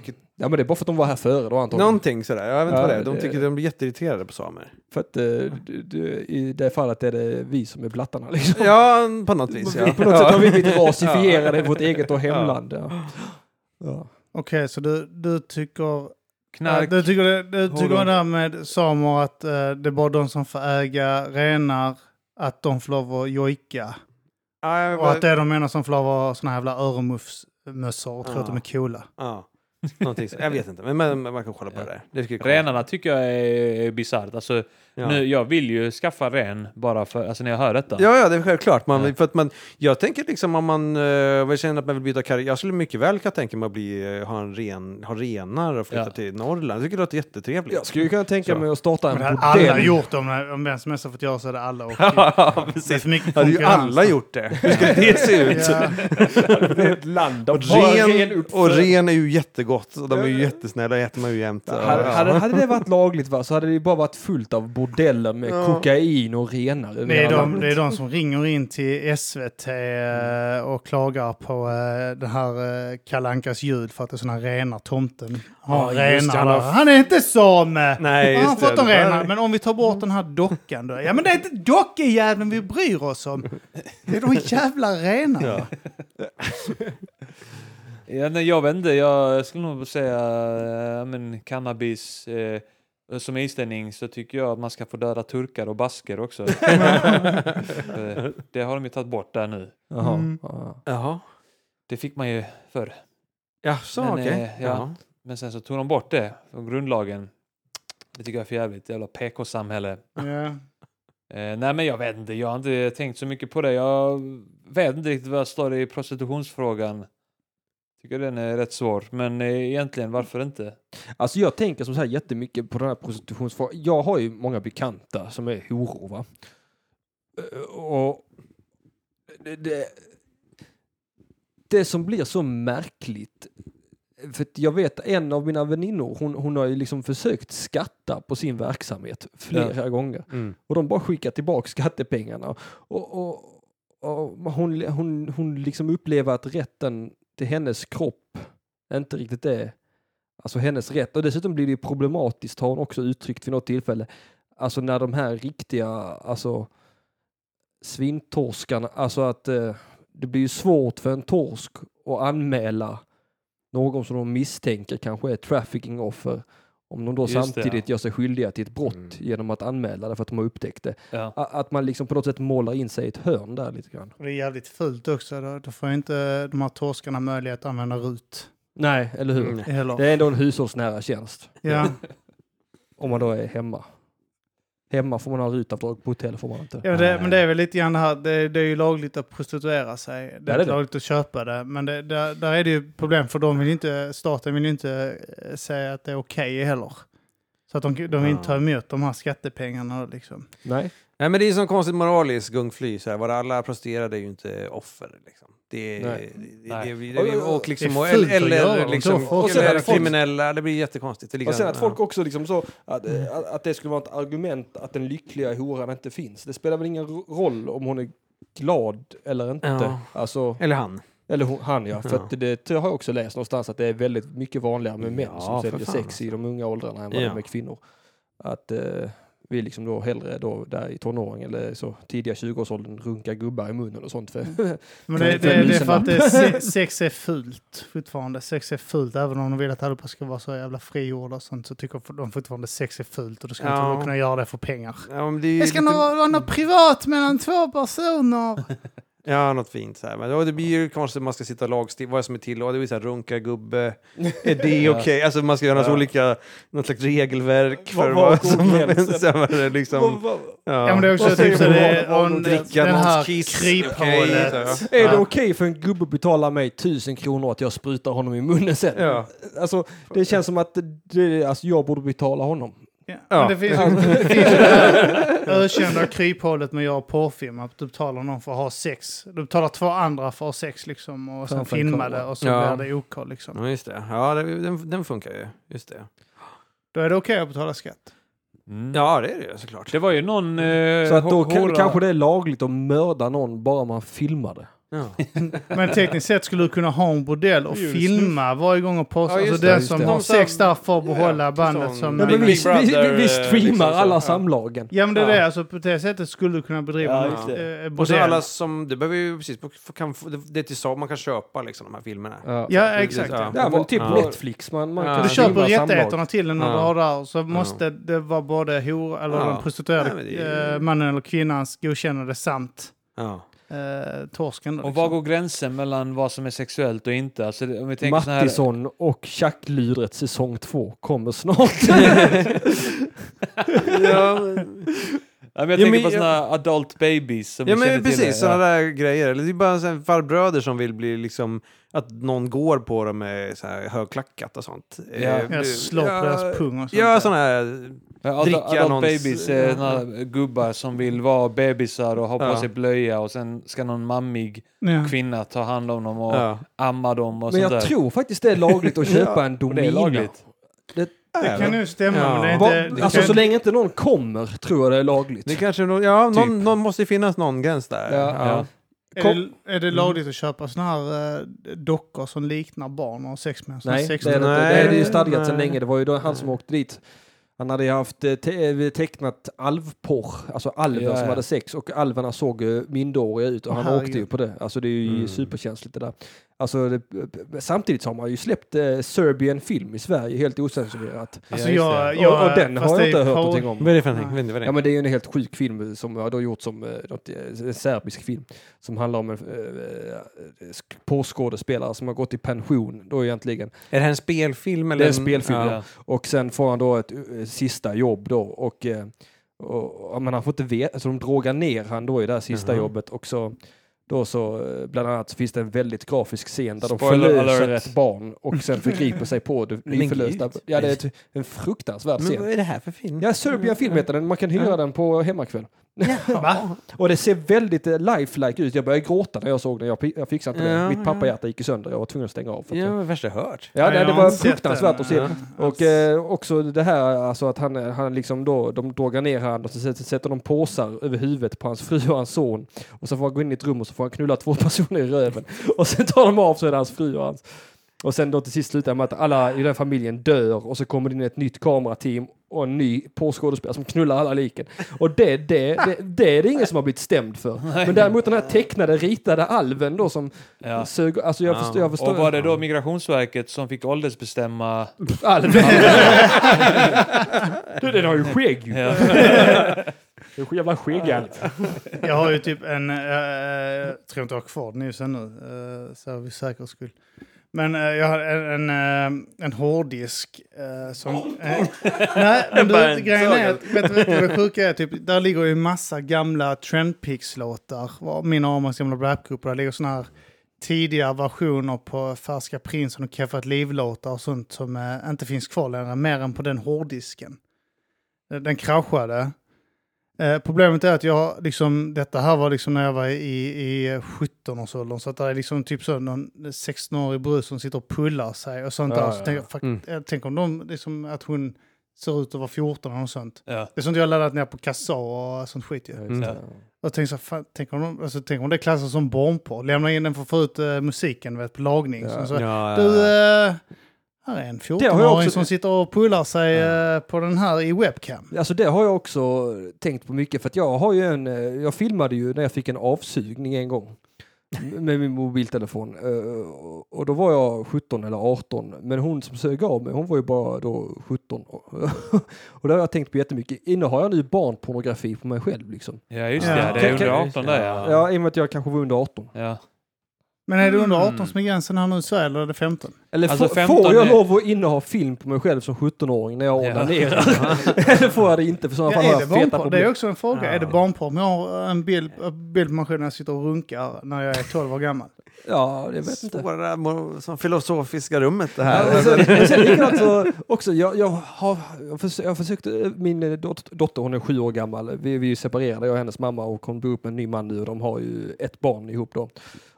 Ja, men det är bara för att de var här före då antagligen. Någonting sådär, jag vet inte ja, vad det är. De det, tycker de blir jätteirriterade på samer. För att uh, du, du, i det fallet är det vi som är blattarna liksom. Ja, på något vis. Ja. På något sätt har vi blivit rasifierade i vårt eget och hemland. Ja. Ja. Okej, okay, så du, du tycker... Knark. Ja, du tycker det, du tycker det där med samer att uh, det är bara de som får äga renar, att de får lov att jojka. Ja, och att det är de menar som får lov att ha såna här jävla öronmuffsmössor och tror ja. att de är coola. Ja. Någonting så. Jag vet inte, men man, man kan kolla på ja. det där. Det renarna tycker jag är bisarrt. Alltså, ja. nu, jag vill ju skaffa ren bara för, alltså när jag hör detta. Ja, ja, det är självklart. Man, ja. för att man, jag tänker liksom om man uh, känner att man vill byta karriär. Jag skulle mycket väl kunna tänka mig att bli, uh, ha, en ren, ha renar och flytta ja. till Norrland. Jag tycker det låter jättetrevligt. Jag skulle kunna tänka så. mig att starta en bordell. Alla har gjort det. Om, om vem som helst har fått göra så är det alla. Och ja, precis. Det är för mycket konkurrens. Ja, alla gjort det. Hur ska det se ut? Det är ett land. Och ren, och ren är ju jättegott. Och de är ju jättesnälla, äter man ju jämt. Ja, hade, hade, hade det varit lagligt va, så hade det bara varit fullt av bordeller med ja. kokain och renar. Det är, de, det är de som ringer in till S V T mm. och klagar på uh, den här uh, Kalle Ankas ljud för att det är såna renar tomten. Ja, renar. Han, har... han är inte same! Nej, han har fått en renar. Men om vi tar bort den här dockan då. Ja, men det är inte dockejäveln vi bryr oss om. Det är de jävla renar. Ja. Ja, nej, jag vet inte, jag skulle nog säga äh, men cannabis äh, som inställning så tycker jag att man ska få döda turkar och basker också. Det har de ju tagit bort där nu. Jaha. Mm. Jaha. Det fick man ju förr. Ja, så okej. Okay. Äh, ja. Men sen så tog de bort det från grundlagen. Det tycker jag är för jävligt. Jävla P K-samhälle. Ja. Eh, nej men jag vet inte, jag har inte tänkt så mycket på det. Jag vet inte riktigt vad står i prostitutionsfrågan. Tycker den är rätt svår, men eh, egentligen varför inte? Alltså jag tänker så här jättemycket på den här prostitutionsfrågan. Jag har ju många bekanta som är horor va. Och det, det, det som blir så märkligt, för att jag vet en av mina väninnor, hon, hon har ju liksom försökt skatta på sin verksamhet flera ja. gånger. Mm. Och de bara skickar tillbaka skattepengarna. Och, och, och hon, hon, hon liksom upplever att rätten till hennes kropp inte riktigt är alltså hennes rätt. Och dessutom blir det problematiskt, har hon också uttryckt vid något tillfälle. Alltså när de här riktiga alltså svintorskarna, alltså att eh, det blir ju svårt för en torsk att anmäla någon som de misstänker kanske är trafficking-offer om de då Just samtidigt det, ja. gör sig skyldiga till ett brott mm. genom att anmäla det för att de har upptäckt det. Ja. Att man liksom på något sätt målar in sig i ett hörn där lite grann. Och det är jävligt fullt också. Då, då får inte de här torskarna möjlighet att använda rut. Nej, eller hur? Mm. Det är ändå en hushållsnära tjänst. Ja. Om man då är hemma. Hemma får man ha rutavdrag, på hotell får man inte. Ja, det, men det är väl lite grann här, det, det är ju lagligt att prostituera sig. Det är, ja, det är lagligt att köpa det. Men det, där, där är det ju problem för de vill inte, staten vill ju inte säga att det är okej okay heller. Så att de, de vill inte ta emot de här skattepengarna liksom. Nej. Nej, men det är som konstigt moraliskt gungfly så här. Var alla prostituerade är ju inte offer liksom. Det är, Nej. Det, det, det, det, och liksom, det är fult eller, att göra. Liksom, och sen eller kriminella, det blir jättekonstigt. Det och sen att folk också liksom så, att, mm. att det skulle vara ett argument att den lyckliga horan inte finns. Det spelar väl ingen roll om hon är glad eller inte. Ja. Alltså, eller han. Eller hon, han ja, för ja. Att det, det har jag också läst någonstans att det är väldigt mycket vanligare med män ja, som säljer sex i de unga åldrarna än vad ja. det är med kvinnor. Att eh, vi liksom då hellre då där i tonåring eller så tidiga tjugoårsåldern runka gubbar i munnen och sånt. För, men det, det, det är för att det, se, sex är fult fortfarande. Sex är fult, även om de vill att allihopa ska vara så jävla frigjorda och sånt, så tycker de fortfarande sex är fult och då ska ja. inte kunna göra det för pengar. Ja, men det, är det ska lite... nog vara något privat mellan två personer. Ja, något fint så här. Men då, det blir ju kanske att man ska sitta och lagstifta vad som är till. Och det blir så här, runka gubbe. Är det okej? Okay? Alltså man ska göra ja. olika, något slags regelverk för vad, vad som är liksom. Ja. Ja, men det är också typ så det är on, dricka den här kiss, kryphålet. Okay, ja. Är det okej okay för en gubbe att betala mig tusen kronor att jag sprutar honom i munnen sen? Ja. Alltså, det känns som att det, alltså, jag borde betala honom. Ja. Ja. Men det finns ju det, finns det här ökända kryphålet med att göra porrfilm. Att du betalar någon för att ha sex. Du betalar två andra för att ha sex liksom. Och sen filma det och så ja. blir det OK liksom. Ja, just det. Ja, det, den, den funkar ju. Just det. Då är det okej okay att betala skatt. Mm. Ja, det är det såklart. Det var ju någon... Eh, så att då kan, kanske det är lagligt att mörda någon bara man filmar det. Ja. Men tekniskt sett skulle du kunna ha en bordell och Just filma varje gång och posta. Ja, alltså det, den som det. har De sex som- där får behålla ja, bandet sån- som... Ja, men vi, Big vi, vi, Brother, vi streamar liksom så. alla Ja. samlagen. Ja, men det är Ja. det. Alltså på det sättet skulle du kunna bedriva Ja, en just eh, Och så bordell. alla som, det behöver ju precis, kan, få- det, det är till så man kan köpa liksom de här filmerna. Ja, Ja, exakt. Ja. Ja. ja men typ Ja. Netflix. Man, man Ja. kan Du streama köper samlag. rättigheterna till den när Ja. du har där. Så måste det vara både hor, eller Ja. den prostituerade Nej, men det är ju- eh, mannen eller kvinnans godkännande samt Ja. eh, torsken. Då, Och liksom. var går gränsen mellan vad som är sexuellt och inte? Alltså, det- om vi tänker så här... Mattisson och Tjacklydret säsong två kommer snart. ja, Ja, men jag Ja, tänker men på jag- såna här adult babies som ja vi känner men till. precis, det. sådana Ja. där grejer. Eller det är bara så här farbröder som vill bli liksom, att någon går på dem med så här högklackat och sånt. Ja. Eh, Jag slår på deras pung och sånt. Ja, där. sådana här... Ja, dricka adult, adult någons- babies är ja. såna gubbar som vill vara bebisar och ha på Ja. sig blöja och sen ska någon mammig Ja. kvinna ta hand om dem och Ja. amma dem och Men sånt jag där. tror faktiskt det är lagligt att köpa Ja, en och det är domina. lagligt. Det kan ju stämma, Ja. men det är Va, inte... det alltså kan- så länge inte någon kommer tror jag det är lagligt. Det kanske, nå- ja, någon, Typ. någon måste ju finnas någon gräns där. Ja. Ja. Är det, är det lagligt att köpa såna här eh, dockor som liknar barn och har sex med? Såna Nej, det sexton- är det, inte. det Nej, är det ju stadgat sedan nej. länge. Det var ju då han som åkte dit. Han hade ju haft eh, te- tecknat alvporr, alltså alver Ja, som ja. hade sex och alverna såg uh, minderåriga ut och Åh, han herregud. åkte ju på det. Alltså det är ju Mm. superkänsligt det där. Alltså det, samtidigt så har man ju släppt eh, Serbian film i Sverige helt ocensurerat. Alltså Ja, just jag, det. jag, och, och den fast har det jag inte är hört par- någonting om. Vad är det för någonting? Vet inte vad det är. Ja men det är ju en helt sjuk film som jag har gjort som eh, något, eh, en serbisk film som handlar om en eh, porrskådespelare som har gått i pension då egentligen. Är det här en spelfilm? Eller Det är en spelfilm, Ja. Ja. Och sen får han då ett uh, sista jobb då och, uh, och, och man har fått inte veta, alltså de drogar ner han då i det här sista Jaha. jobbet och så då så uh, bland annat så finns det en väldigt grafisk scen där de Spoiler förlöser alert. ett barn och sen förgriper sig på det Men nyförlösta. gud. Ja det är ett, en fruktansvärd Men scen. vad är det här för film? Ja, Serbian film heter den. Man kan hyra Ja. den på hemmakväll. Va? Och det ser väldigt uh, lifelike ut. Jag började gråta när jag såg den. Jag, pi- jag fixade inte Ja, det. Mitt ja. pappahjärta gick i sönder. Jag var tvungen att stänga av. För att Ja, jag- men värsta jag hört. Ja, det, jag det har var inte sett fruktansvärt den. att se. Ja. Och eh, också det här, alltså att han, han liksom då, de drogar ner han och så sätter, sätter de påsar över huvudet på hans fru och hans son. Och så får han gå in i ett rum och så får han knulla två personer i röven. Och sen tar de av så är det hans fru och hans. Och sen då till sist slutar med att alla i den familjen dör och så kommer det in ett nytt kamerateam och en ny porrskådespelare som knullar alla liken. Och det, det, det, det är det ingen som har blivit stämd för. Men däremot den här tecknade, ritade alven då som Ja. sög, alltså jag Ja. förstår, jag förstår. Och var det då Migrationsverket som fick åldersbestämma... Alven. Du, den har ju skägg ju. Ja. Det är jävla skäggalv. Jag har ju typ en, uh, jag tror inte jag har kvar den just ännu, uh, så vi säkerhets skull. Men uh, jag har en, en, uh, en hårddisk uh, som... Uh, nej, men du, Bara en grejen är saga. att, vet du vet du vad det sjuka är? Typ, där ligger ju en massa gamla Trendpix-låtar. Var Min och Amans gamla rapgrupper. Där ligger såna här tidiga versioner på Färska Prinsen och Keffat Liv-låtar och sånt som uh, inte finns kvar längre, mer än på den hårddisken. Den kraschade. Eh, problemet är att jag liksom, detta här var liksom när jag var i, i sjutton-årsåldern, så att det är liksom typ så någon sexton-årig brud som sitter och pullar sig och sånt Ja, där. ja, Så tänker jag, fuck, Mm. jag tänker om de, liksom, att hon ser ut att vara fjorton och sånt. Ja. Det är sånt jag har laddat ner på Kassa och sånt skit ju. Mm. Ja. Och tänk så, fan, tänk, om de, alltså, tänk om det klassas som barnporr. Lämna in den för att få ut uh, musiken vet, på lagning. Ja. Så, så, Ja, du, uh, här är en Det har jag fjorton-åring också- som sitter och pullar sig uh, på den här i webcam. Alltså det har jag också tänkt på mycket för att jag har ju en, eh, jag filmade ju när jag fick en avsugning en gång med min mobiltelefon Eh, och då var jag sjutton eller arton men hon som sög av mig hon var ju bara då sjutton och det har jag tänkt på jättemycket. Inne har jag nu barnpornografi på mig själv liksom. Ja, just Ja. det. Det är Kan- under kan- arton där, ja. Ja, i och med att jag kanske var under arton. Ja. Men är det under Mm. arton som är gränsen här nu i Sverige eller är det femton? Eller Alltså får, femton får jag är- lov att inneha film på mig själv som sjutton-åring när jag Ja. onanerar? Eller får jag det inte? För sådana Ja, fall har är jag det feta barnporr? Det problem. är också en fråga. Ja. Är det barnporr? Men jag har en bild, en bild på mig själv när jag sitter och runkar när jag är tolv år gammal. Ja, jag vet inte. Svåra, mo- som filosofiska rummet det Ja, här. men sen, men sen likadant så också, jag, jag, har, jag, förs- jag försökte, min eh, dot, dotter hon är sju år gammal, vi, vi är ju separerade, jag och hennes mamma och hon bor upp med en ny man nu och de har ju ett barn ihop då.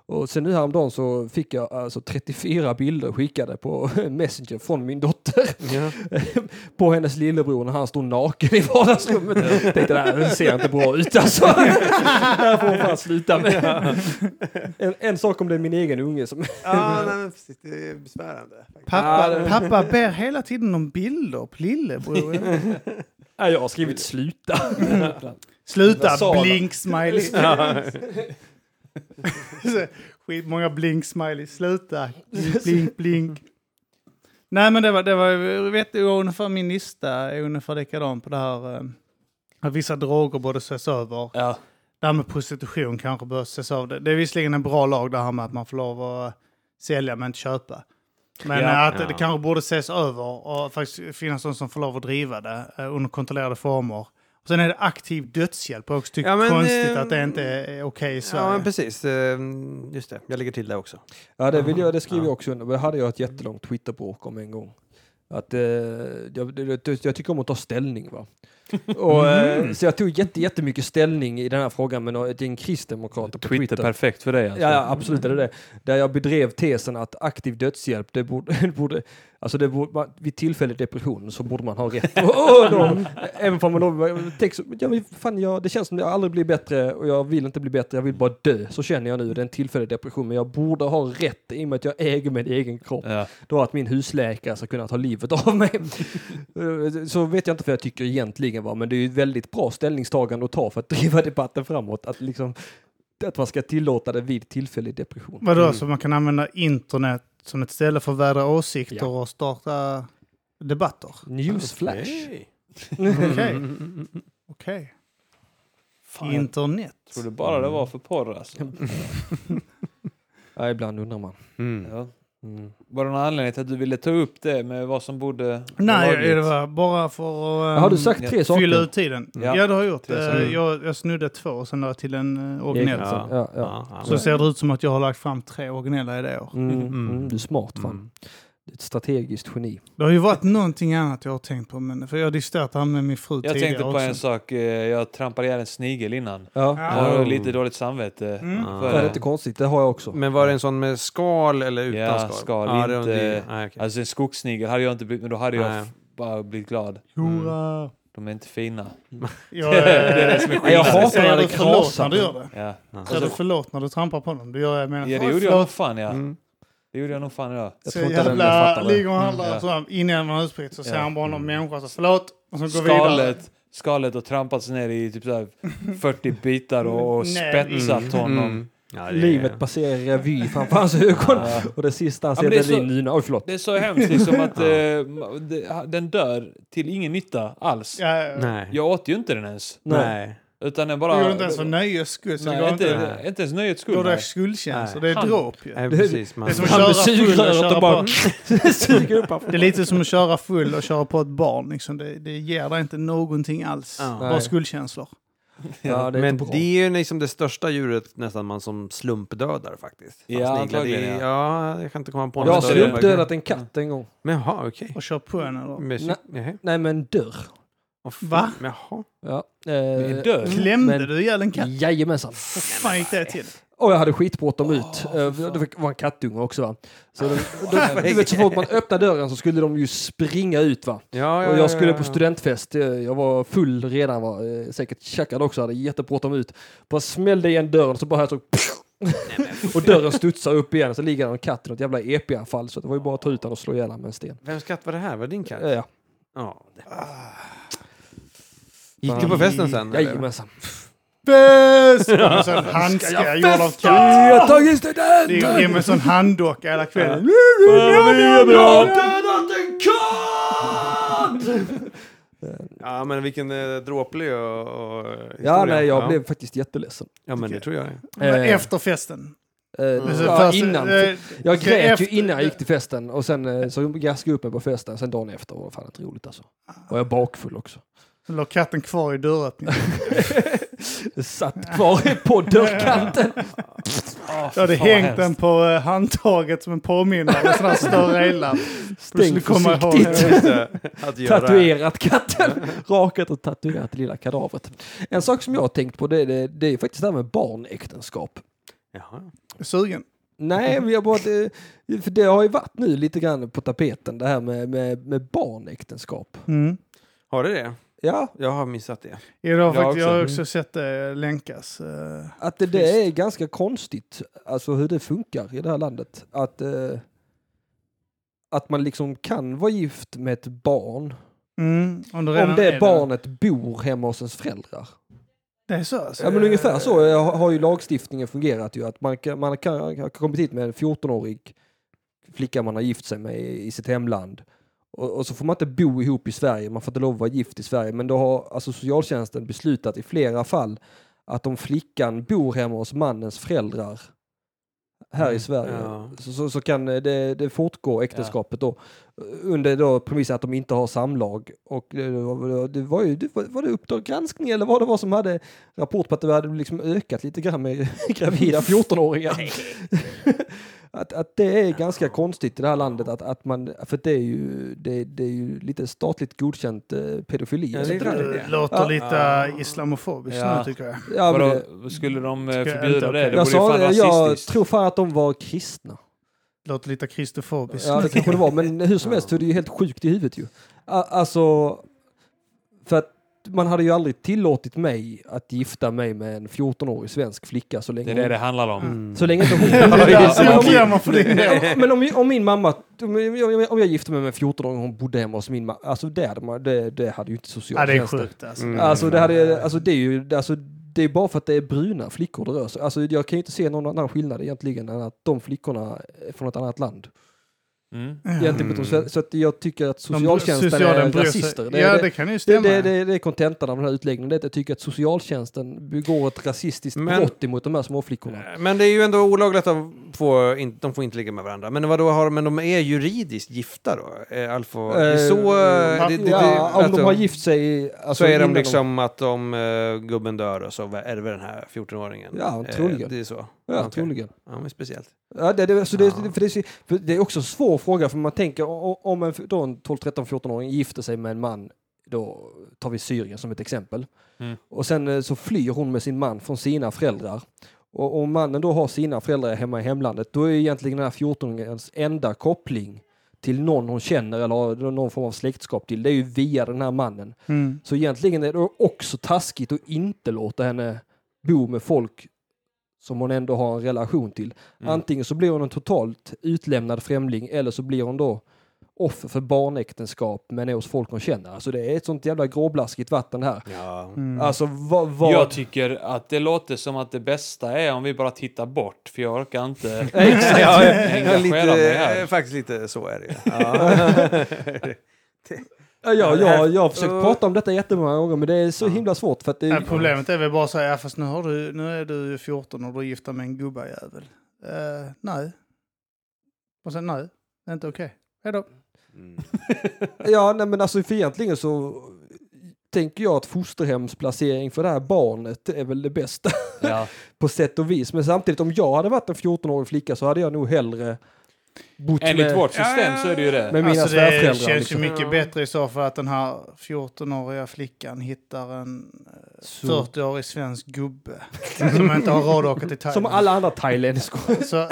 Och sen nu häromdagen så fick jag alltså trettiofyra bilder skickade på Messenger från min dotter. Ja. På hennes lillebror när han stod naken i vardagsrummet. Jag tänkte, det här ser inte bra ut alltså. Det här får hon fan sluta med. En, en sak om det är min egen unge som... Ja, nej, precis. Det är besvärande. Pappa, pappa ber hela tiden om bilder på lillebror. Ja, jag har skrivit sluta. Sluta, blink smiley. Skit många blink smiley. Sluta, blink, blink, blink. Nej, men det var, det var jag vet ungefär min lista är ungefär likadant på det här. Att vissa droger borde ses över. Ja. Det här med prostitution kanske bör ses över. Det är visserligen en bra lag det här med att man får lov att sälja men inte köpa. Men ja, att ja. det kanske borde ses över och faktiskt finnas någon som får lov att driva det under kontrollerade former. Och sen är det aktiv dödshjälp. Jag också tycker ja, men, konstigt äh, att det inte är okej okay i Sverige. Ja, men precis. Just det. Jag lägger till det också. Ja, det vill jag. Det skriver ja. jag också under. Det hade jag ett jättelångt Twitterbråk om en gång. Att, eh, jag, jag tycker om att ta ställning, va? Och, mm. Så jag tog jätte, jättemycket ställning i den här frågan med det är en kristdemokrat på Twitter. Twitter perfekt för dig alltså. Ja, ja, absolut är det det. Där jag bedrev tesen att aktiv dödshjälp, det borde, borde alltså det borde, vid tillfällig depression så borde man ha rätt. Och, och då, även om man då tänker så, ja, men fan, jag, det känns som jag aldrig blir bättre och jag vill inte bli bättre, jag vill bara dö. Så känner jag nu, det är en tillfällig depression, men jag borde ha rätt i och med att jag äger min egen kropp. Ja. Då att min husläkare ska kunna ta livet av mig. Så vet jag inte för jag tycker egentligen, va, men det är ju ett väldigt bra ställningstagande att ta för att driva debatten framåt. Att, liksom, att man ska tillåta det vid tillfällig depression. Vadå, mm. så man kan använda internet som ett ställe för att vädra åsikter ja. och starta debatter? Newsflash. Okej. Okej. Okay. Okay. Internet. Jag tror det bara det var för porr alltså. Ja, ibland undrar man. Mm. Ja. Mm. Var det någon anledning till att du ville ta upp det med vad som borde... Nej, det var bara för att um, har du sagt tre saker? Fylla ut tiden. Ja, ja det har jag gjort. Uh, jag, jag snudde två och sen la till en uh, originell. Ja, ja, ja. Ja, så ser det ut som att jag har lagt fram tre originella idéer. Mm, mm. Mm, du är smart, fan. Mm. Ett strategiskt geni. Det har ju varit någonting annat jag har tänkt på, men för jag har diskuterat det här med min fru tidigare. Jag tänkte på också. En sak, jag trampade ihjäl en snigel innan. Ja. Jag har oh. lite dåligt samvete. Mm. För det är inte konstigt, det har jag också. Men var det en sån med skal eller utan ja, skal? skal? Ja, skal, inte. Ah, okay. Alltså en skogssnigel hade jag inte blivit, men då hade jag f- bara blivit glad. Mm. De är inte fina. Jag, det är det som är jag hatar när det krasar. När du gör det. Ja. Ja. Så är du förlåt när du trampar på dem? Du gör, jag menar, ja, det gjorde jag nog fan, ja. Mm. Det gjorde jag nog fan idag. Jag så tror inte jävla ligger och handlar mm, ja. så innan man utspritt så ja. ser han bara någon människa så förlåt och så går skalet, vidare. Skalet och trampats ner i typ så här fyrtio bitar och, och spetsat mm, honom. Mm. Ja, livet passerar i revy framför hans ögon ja. och det sista han ser ja, är din Oj, förlåt. Det är så hemskt liksom att eh, det, den dör till ingen nytta alls. Ja, nej. Jag åt ju inte den ens. Nej. Utan den bara... Det gör inte ens för nöjes skull. Nej, nej, inte, inte, inte ens nöjes skull. Då är det skuldkänsla. Det är han, dråp ju. Nej, precis, man. Det är som att köra full och köra på... Det är lite som att köra full och köra på ett barn. Liksom. Det, det ger dig inte någonting alls. Ja. Bara skuldkänslor. Ja, det men det är ju liksom det största djuret nästan man som slumpdödar faktiskt. Ja, antagligen. Ja. ja, jag kan inte komma på jag har slumpdödat en katt en gång. Men jaha, okej. Okay. Och kört på henne då? Nej, nej, men dörr. Va? Jaha. Ja. Eh, dörr? Klämde men, du ihjäl en katt? Jajamensan. Vad fan gick det till? Och jag hade skitbråttom oh, ut. Uh, det var en kattunge också, va. Så då, då, du vet, så fort man öppnar dörren så skulle de ju springa ut, va. Ja, ja, och jag skulle ja, ja. på studentfest. Jag var full redan, va. Säkert tjackad också, hade jättebråttom ut. Bara smällde igen dörren så bara här så... och dörren studsar upp igen så ligger en katt i något jävla E P-anfall. Så det var ju bara att ta ut den och slå ihjäl med en sten. Vems katt var det här? Var det din katt? Ja. Ja. Gick du på festen sen? Jajamensan. Bäst! Med sån handska gjord av katt. Jag har tagit studenten! Det är med sån handdocka hela kvällen. Jag har dödat en katt! Ja, men vilken eh, dråplig och, och ja, nej, jag ja. blev faktiskt jätteledsen. Ja, men det tror jag. Eh, efter festen? Eh, mm. Ja, innan. Eh, jag grät efter, ju innan jag gick till festen. Och sen eh, så gaskade jag upp mig på festen. Sen dagen efter var det fan inte roligt alltså. Och jag bakfull också. Låg katten kvar i dörröppningen. Satt kvar på dörrkanten. Oh, jag hade hängt hemskt. Den på uh, handtaget som en påminnare. En sån här större illa. Stäng försiktigt. Tatuerat katten. Rakat och tatuerat det lilla kadavret. En sak som jag har tänkt på det, det, det är faktiskt det här med barnäktenskap. Jaha. Sugen? Nej, men jag bara, det, för det har ju varit nu lite grann på tapeten det här med, med, med barnäktenskap. Mm. Har det det? Ja. Jag har missat det. Jag har, faktiskt, jag har också sett det länkas. Uh, att det, det är ganska konstigt, alltså hur det funkar i det här landet. Att, uh, att man liksom kan vara gift med ett barn mm, om det, om det barnet det. bor hemma hos ens föräldrar. Det är så? Alltså. Ja, men ungefär så har ju lagstiftningen fungerat ju. Att man kan, man kan ha kommit hit med en fjorton-årig flicka man har gift sig med i sitt hemland. Och, och så får man inte bo ihop i Sverige, man får inte lov att vara gift i Sverige. Men då har alltså socialtjänsten beslutat i flera fall att om flickan bor hemma hos mannens föräldrar här mm, i Sverige ja. så, så, så kan det, det fortgå äktenskapet ja. då under då premissen att de inte har samlag. Och det, det var ju det var, var det Uppdrag granskning eller vad det var som hade rapport på att det hade liksom ökat lite grann med gravida fjorton-åringar. Att, att det är ganska konstigt i det här landet att, att man, för det är ju det, det är ju lite statligt godkänt eh, pedofili. Ja, det, det, det låter ja. lite ja. islamofobiskt ja. nu tycker jag. Ja, men det, skulle de eh, förbjuda det? Det jag sa det, jag tror fan att de var kristna. Låter lite kristofobiskt. Ja, det kanske det var, men hur som helst så är det ju helt sjukt i huvudet ju. Alltså, för att man hade ju aldrig tillåtit mig att gifta mig med en fjorton-årig svensk flicka så länge. Det är det det handlar om. Mm. Så länge inte hon... Men om, om min mamma, om jag gifte mig med en fjorton-åring och hon bodde hemma hos min mamma, alltså det hade, man, det, det hade ju inte socialtjänsten. Ja, det är sjukt alltså. Mm. Alltså det hade, alltså det är ju, alltså det är bara för att det är bruna flickor det rör sig. Alltså jag kan ju inte se någon annan skillnad egentligen än att de flickorna är från ett annat land. Mm. Mm. Så, så att jag tycker att socialtjänsten de, är rasister. Det, ja, det kan ju stämma. Det, det, det, det är kontentan av den här utläggningen. Det är att jag tycker att socialtjänsten begår ett rasistiskt men, brott emot de här småflickorna. Men det är ju ändå olagligt att få, in, de får inte ligga med varandra. Men, vad då har, men de är juridiskt gifta då? Alfa, eh, så, det, det, det, ja, om de har gift sig... Alltså så är de liksom de... att om uh, gubben dör och så ärver den här fjorton-åringen. Ja, troligen. Eh, det är så. Ja, okay. troligen. Ja, men speciellt. Ja, det, det, så det, ja. för det, för det är också en svår fråga för man tänker om en, då en tolv, tretton, fjorton-åring gifter sig med en man, då tar vi Syrien som ett exempel. Mm. Och sen så flyr hon med sin man från sina föräldrar. Och om mannen då har sina föräldrar hemma i hemlandet, då är egentligen den här fjorton-åringens enda koppling till någon hon känner eller någon form av släktskap till, det är ju via den här mannen. Mm. Så egentligen är det också taskigt att inte låta henne bo med folk som hon ändå har en relation till. Mm. Antingen så blir hon en totalt utlämnad främling eller så blir hon då offer för barnäktenskap men är hos folk hon känner. Alltså det är ett sånt jävla gråblaskigt vatten här. Ja. Mm. Alltså vad, vad... Jag tycker att det låter som att det bästa är om vi bara tittar bort för jag orkar inte Exakt. Ja, engagera mig här. Faktiskt lite så är det. Ja. Ja, ja, ja, jag har försökt uh, prata om detta jättemånga gånger men det är så himla svårt för att det är... Ja, problemet är väl bara så här, ja, fast nu, har du, nu är du fjorton och du är gifta med en gubbajävel. Uh, nej. Och sen nej, det är inte okej. Okay. Hejdå. Mm. Ja, nej, men alltså för egentligen så tänker jag att fosterhemsplacering för det här barnet är väl det bästa. Ja. På sätt och vis. Men samtidigt om jag hade varit en fjorton-årig flicka så hade jag nog hellre enligt med, vårt system ja, så är det ju det. Med mina alltså det känns liksom. ju mycket bättre i så för att den här fjorton-åriga flickan hittar en så. fyrtio-årig svensk gubbe som inte har råd att åka till Thailand. Som alla andra thailändskor. Så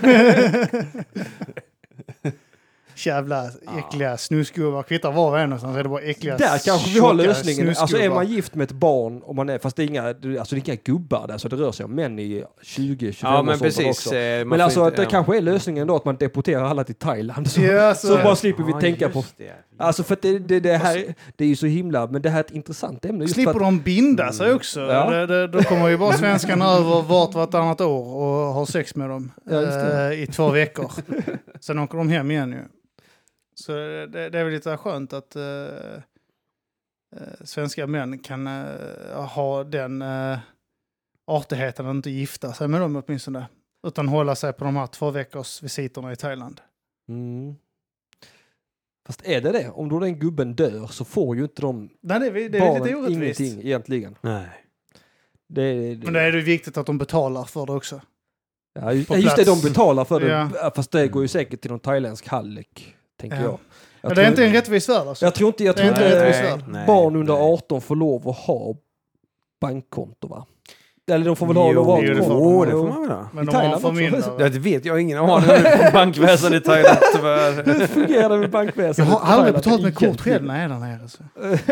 jävla äckliga ja. snusgubbar kvittar var och en någonstans är det bara äckliga. Där kanske vi har lösningen. Alltså är man gift med ett barn och man är fast det är inga alltså det är inga gubbar där så det rör sig om män i tjugo tjugofem ja, men års precis, också. Eh, men alltså inte, att det ja. kanske är lösningen då att man deporterar alla till Thailand så, ja, så, så bara slipper vi ja, tänka på. Det. Alltså för att det, det, det här det är ju så himla men det här är ett intressant ämne just slipper för att, de binda sig också. Ja. Det, det, då kommer ju bara svenskarna över vart vartannat år och har sex med dem ja, eh, i två veckor. Sen åker de hem igen ju. Så det, det är väl lite skönt att uh, uh, svenska män kan uh, ha den uh, artigheten att inte gifta sig med dem åtminstone. Utan hålla sig på de här två veckors visiterna i Thailand. Mm. Fast är det det? Om då den gubben dör så får ju inte de Nej, det är, det är lite orättvist. Ingenting egentligen. Nej. Det, det, Men då är det viktigt att de betalar för det också. Ja, just, just det, de betalar för det. Ja. Fast det går ju säkert till någon thailändsk hallik. Tänker ja. jag. jag ja, det är inte en rättvis värld alltså. Jag tror inte, jag tror inte nej, nej, barn under nej. arton får lov att ha bankkonto va? Eller de får väl ha lov att Jo, det får, det får man väl ha. Men I de Thailand har också. mindre. Ja, det vet jag ingen aning om bankväsen i Thailand tyvärr. Hur fungerar det med Jag bankväsendet? har aldrig betalat med kort själv när jag är där nere. Så.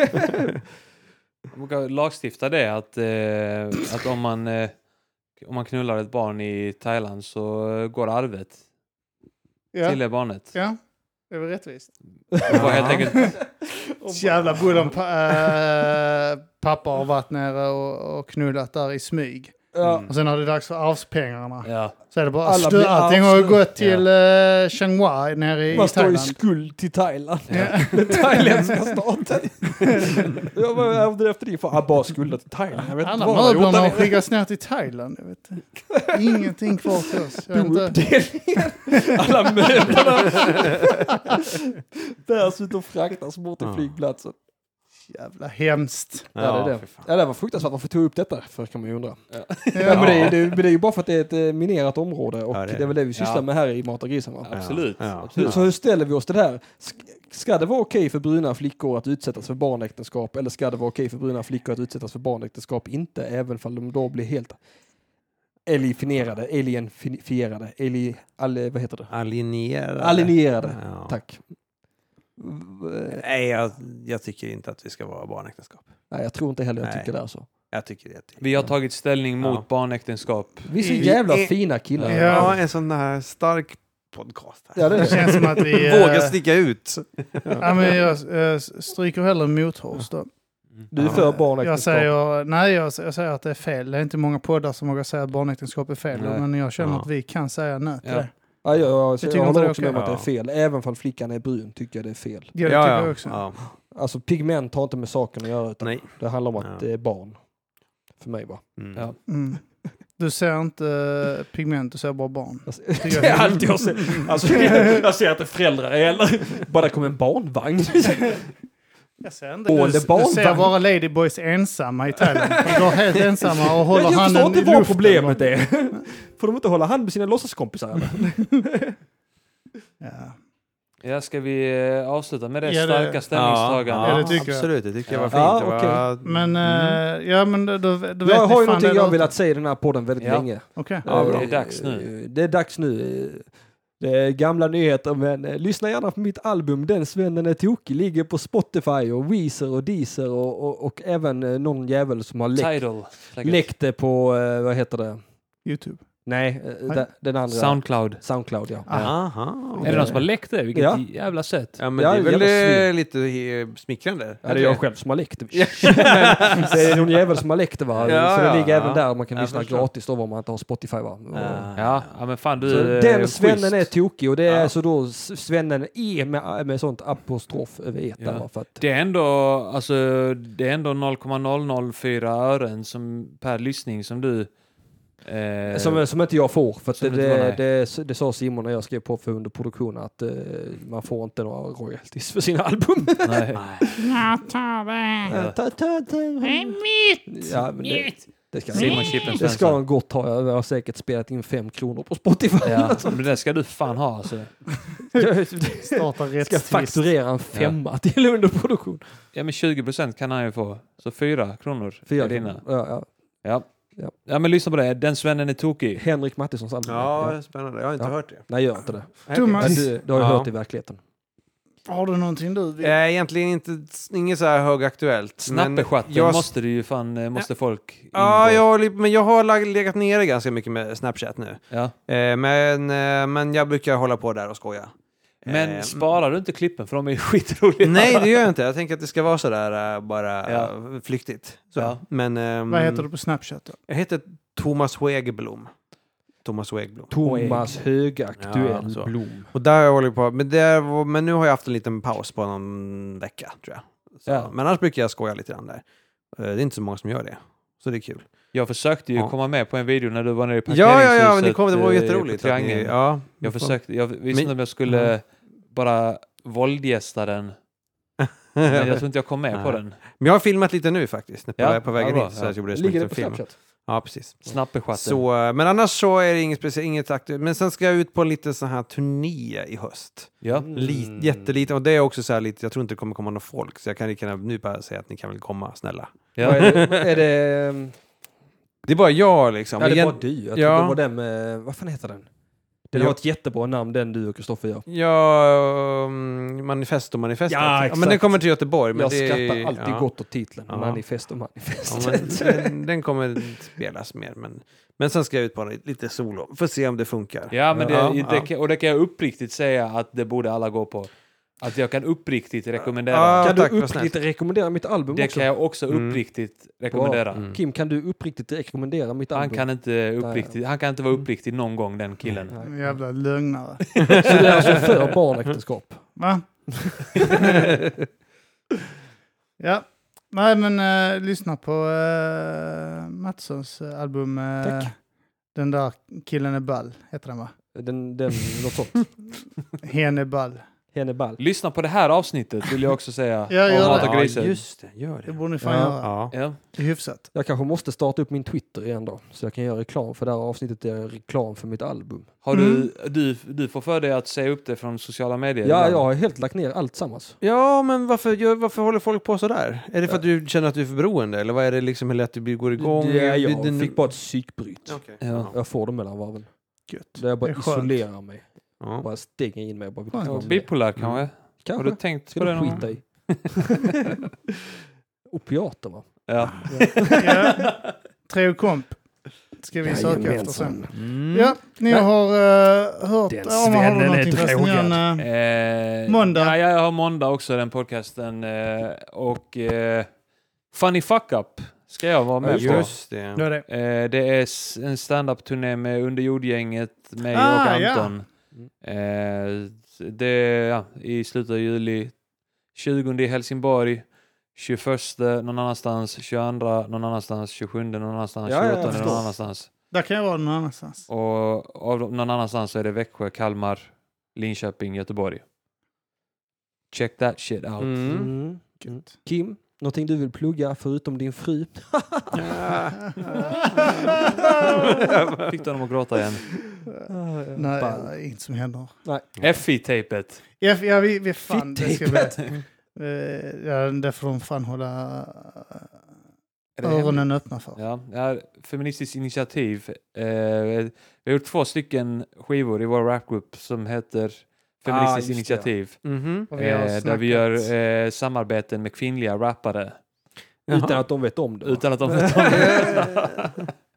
Man kan lagstifta det att, eh, att om man eh, om man knullar ett barn i Thailand så går arvet Ja. till det barnet. Ja, det är väl rättvist. Det var helt enkelt... Så jävla bullon pa äh, pappa har varit nere och, och knullat där i smyg. Ja. Och sen har det dags för arvspengarna. Ja. Så är det bara Alla stö- blir allting har arvs- gått till ja. uh, Chiang Mai nere i Man står i Thailand. skuld till Thailand. Ja. Den thailändska staten. Jag var ärvde efter det för att bara skulder till Thailand. Jag vet inte Alla vad jag har gjort möblerna har där. skickats ner till Thailand. Jag vet inte. Ingenting kvar till oss. Jag vet inte. Bouppdelningen. Alla möblerna. Där sitter och fraktas bort till Ja. flygplatsen. Jävla hemskt. Ja, det är det. för fan. Ja, det var fruktansvärt. Varför tog upp detta? För kan man ju undra. Ja. Ja. Men det är, det, är, det är ju bara för att det är ett eh, minerat område och Ja, det, det är. är väl det vi sysslar Ja. med här i Mata grisen, va? Absolut. Ja. Absolut. Så hur ställer vi oss till det här? Sk- Ska det vara okej för bruna flickor att utsättas för barnäktenskap eller ska det vara okej för bruna flickor att utsättas för barnäktenskap inte, även om de då blir helt elifierade, alienfierade, ali, ali, vad heter det? Alienierade. Alienierade. Ja. Tack. Nej, jag, jag tycker inte att vi ska vara barnäktenskap. Nej, jag tror inte heller jag Nej. tycker det är så. Jag tycker det. Vi har tagit ställning mot Ja. barnäktenskap. Vi är så Vi jävla är- fina killar. Ja. Ja, en sån där stark podcast. Här. Ja, det är Det det. känns som att vi... Våga eh, sticka ut. ja, men jag eh, stryker hellre mothårs då. Du är för Jag barnäktenskap. säger, nej, jag, jag säger att det är fel. Det är inte många poddar som vågar säga att barnäktenskap är fel. Nej. Men jag känner Ja. att vi kan säga nej till Ja. det. Ja, jag, jag, jag, tycker jag inte håller det är också med om okej. att det är fel. Även om flickan är brun tycker jag det är fel. Ja, det Ja, tycker ja. jag också. Ja. Alltså pigment har inte med saken att göra utan Nej. det handlar om att Ja. det är barn. För mig va. Mm. Ja. Mm. Du ser inte uh, pigment, du ser bara barn. Alltså, Tycker det är jag. allt jag ser. Alltså, jag ser att det är föräldrar eller bara det kommer en barnvagn. Jag ser inte. Åh, Du, det är barnvagn. du ser bara Ladyboys ensamma i Thailand. De går helt ensamma och håller Jag förstår handen inte i vad luften. problemet är. Får de inte hålla hand med sina låtsaskompisar eller? Ja. Ja, ska vi eh, avsluta med det Ja, det- starka ställningstagandet? Ja, det tycker jag. absolut. Det tycker jag var Ja. fint. Ja, Det var... Men, Mm. eh, ja, men då, då, då vet Jag ni har ju fan någonting det jag där velat ute. säga i den här podden väldigt Ja. länge. Okej. Ja, Eh, det är dags nu. Det är dags nu. Det är gamla nyheter, men eh, lyssna gärna på mitt album Den svennen är tokig. Ligger på Spotify och Weezer och Deezer och, och, och även eh, någon jävel som har läckt, Tidal. säkert. läckt det på, eh, vad heter det? YouTube. Nej, eh, Nej. da- den andra. Soundcloud. Soundcloud, ja. Ah. Aha. Är det någon som har läckt det? Vilket Ja. jävla sätt. Ja, men Ja, det är väl jävla eh, svin. lite eh, smickrande. Ja, det är jag själv som har läckt det. Det är någon jävel som har läckt det va? Ja, så det ja, ligger ja. även där man kan Jag lyssna förstår. gratis då om man inte har Spotify va? Och- Ja, ja men fan du... Så eh, den schysst. svennen är tokig och det är Ja. så då s- svennen E med, med sånt apostrof över et Ja. där va? För att, Det är ändå, alltså, det är ändå noll komma noll noll fyra ören som, per lyssning som du... Eh, som, som inte jag får, för att som det, inte var, det, nej. det, det sa Simon när jag skrev på för under produktionen att eh, man får inte några royalties för sina album. nej. Ja, ta det. Ja. Ta, ta, ta. mitt! Ja, men det, det ska, Simon Chippen det ska Svensson. han gott ha. Jag har säkert spelat in fem kronor på Spotify. Ja, men det ska du fan ha alltså. Jag Starta ska rättstvist. fakturera en femma till underproduktion. Ja men tjugo procent kan han ju få. Så fyra kronor Fyra är dina. Ja, ja. Ja. Ja. Ja men lyssna på det, den svennen är tokig. Henrik Mattissons album. Ja, det är spännande. Jag har inte Ja. hört det. Nej, gör inte det. Thomas. Men Du, du har ju Ja. hört det i verkligheten. Har du någonting du vill? Eh, egentligen inte, inget så här högaktuellt. Snappechatten jag- måste du ju fan, eh, måste folk in Ja, på. jag, har li- men jag har lag- legat nere ganska mycket med Snapchat nu. Ja. Eh, men, eh, men jag brukar hålla på där och skoja. Men Eh, sparar du inte klippen för de är ju skitroliga? Nej, det gör jag inte. Jag tänker att det ska vara sådär uh, bara Ja. uh, flyktigt. Så. Ja. Men, ehm, Vad heter du på Snapchat då? Jag heter Thomas Wägblom. Thomas Wägblom. Thomas högaktuell Ja, så. Blom. Och där har jag hållit på. Men, det var, men nu har jag haft en liten paus på någon vecka, tror jag. Så, Ja. Men annars brukar jag skoja lite grann där. Eh, det är inte så många som gör det. Så det är kul. Jag försökte ju Ja. komma med på en video när du var nere i Ja, parkeringshuset. ja, ja. Men det, kom, det var eh, jätteroligt. på att ni- Triangeln. Ja. Jag försökte, jag visste Men- inte om jag skulle Ja. bara våldgästa den. Men jag tror inte jag kom med på Nej. den. Men jag har filmat lite nu faktiskt. På, Ja, på vägen ja, bra, hit. Så ja. jag gjorde det som Ligger en det liten på film. Snapchat? Ja, precis. Snappechatten. Så, men annars så är det inget speciellt, inget aktuellt. Men sen ska jag ut på en liten sån här turné i höst. Ja. Mm. Lit, jättelite. Och det är också så här lite, jag tror inte det kommer komma någon folk. Så jag kan lika gärna nu bara säga att ni kan väl komma, snälla. Ja. Vad Är det, är det um, Det är bara jag liksom. Ja, det är bara du. Jag ja. tror det var den med, vad fan heter den? Den har ett jättebra namn, den du och Kristoffer gör. Ja, um, Manifest och Manifest. Ja, exakt. Ja, men den kommer till Göteborg. Men jag det, skrattar alltid ja. gott åt titeln. Ja. Manifest och Manifest. Ja, men den, den kommer spelas mer. Men, men sen ska jag ut på lite solo. Får se om det funkar. Ja, men det, ja, det, ja. och det kan jag uppriktigt säga att det borde alla gå på. Att jag kan uppriktigt rekommendera. Ja, kan tack, du uppriktigt rekommendera mitt album det också? kan jag också uppriktigt mm. rekommendera. Mm. Kim, kan du uppriktigt rekommendera mitt album? Han kan inte, uppriktigt, han kan inte vara uppriktig någon gång, den killen. Nej, nej. Jävla lögnare. Så det är alltså för barnäktenskap? Va? Ja. Nej, men uh, lyssna på uh, Mattssons album. Uh, Tack. Den där killen är ball, heter den va? Den, den, något sånt. Hen är ball. Hen är ball. Lyssna på det här avsnittet vill jag också säga. Ja, gör Mat det. och griser. Ja, just det. Gör Det det. borde ni fan Ja. göra. Ja. Ja. Det är hyfsat. Jag kanske måste starta upp min Twitter igen då. Så jag kan göra reklam för det här avsnittet. Är reklam för mitt album. Har Mm. du, du, du får för dig att säga upp det från sociala medier? Ja, ibland. jag har helt lagt ner allt sammans. Ja, men varför, gör, varför håller folk på så där? Är det för att du känner att du är för beroende? Eller vad är det liksom hur lätt du blir- går igång? Det, jag Den- fick bara ett psykbryt. Okej. Ja. Jag får det mellan varven. Gött. Där jag bara Det är skönt. isolerar mig. Ja. Bara stänger in mig. Bara vill Skönt. inte Ja, vara med. bipolär kanske? Har Kanske. du tänkt Ska på du det någon skita gång? i? Opiater va? Ja. Ja. Treo komp. Ska vi söka efter Jajamensan. sen. Mm. Ja, ni Nej. har uh, hört... Den Ja, har du svennen är någonting förresten drogad. igen, uh, Eh, Måndag. Ja, jag har måndag också, den podcasten. Eh, och eh, Funny Fuck Up ska jag vara med på. Just det. Då är det. Eh, det är s- en stand-up-turné med Underjordgänget, mig Ah, och ja. Anton. Eh, det ja, i slutet av juli. tjugonde i Helsingborg. tjugoförsta någon annanstans. tjugoandra någon annanstans. tjugosjunde någon annanstans. Ja, ja, jag tjugoåttonde förstår. någon annanstans. Där kan jag vara någon annanstans. Och av de- någon annanstans så är det Växjö, Kalmar, Linköping, Göteborg. Check that shit out. Mm. Mm. Mm. Kim, någonting du vill plugga förutom din fru? Fick du honom att gråta igen. Nej, Ball. ja, inget som händer. F I-tejpet. Ja, ja vi, vi fan, det ska Fittejpet. bli... Uh, ja, det får de fan hålla Är det öronen öppna för. Ja, ja, Feministiskt initiativ. Eh, vi har gjort två stycken skivor i vår rapgrupp som heter Feministiskt Ah, just det, initiativ. Mhm. Och vi har Eh, där snackat. vi gör eh, samarbeten med kvinnliga rappare. Utan att de vet om det. va? Utan att de vet om det.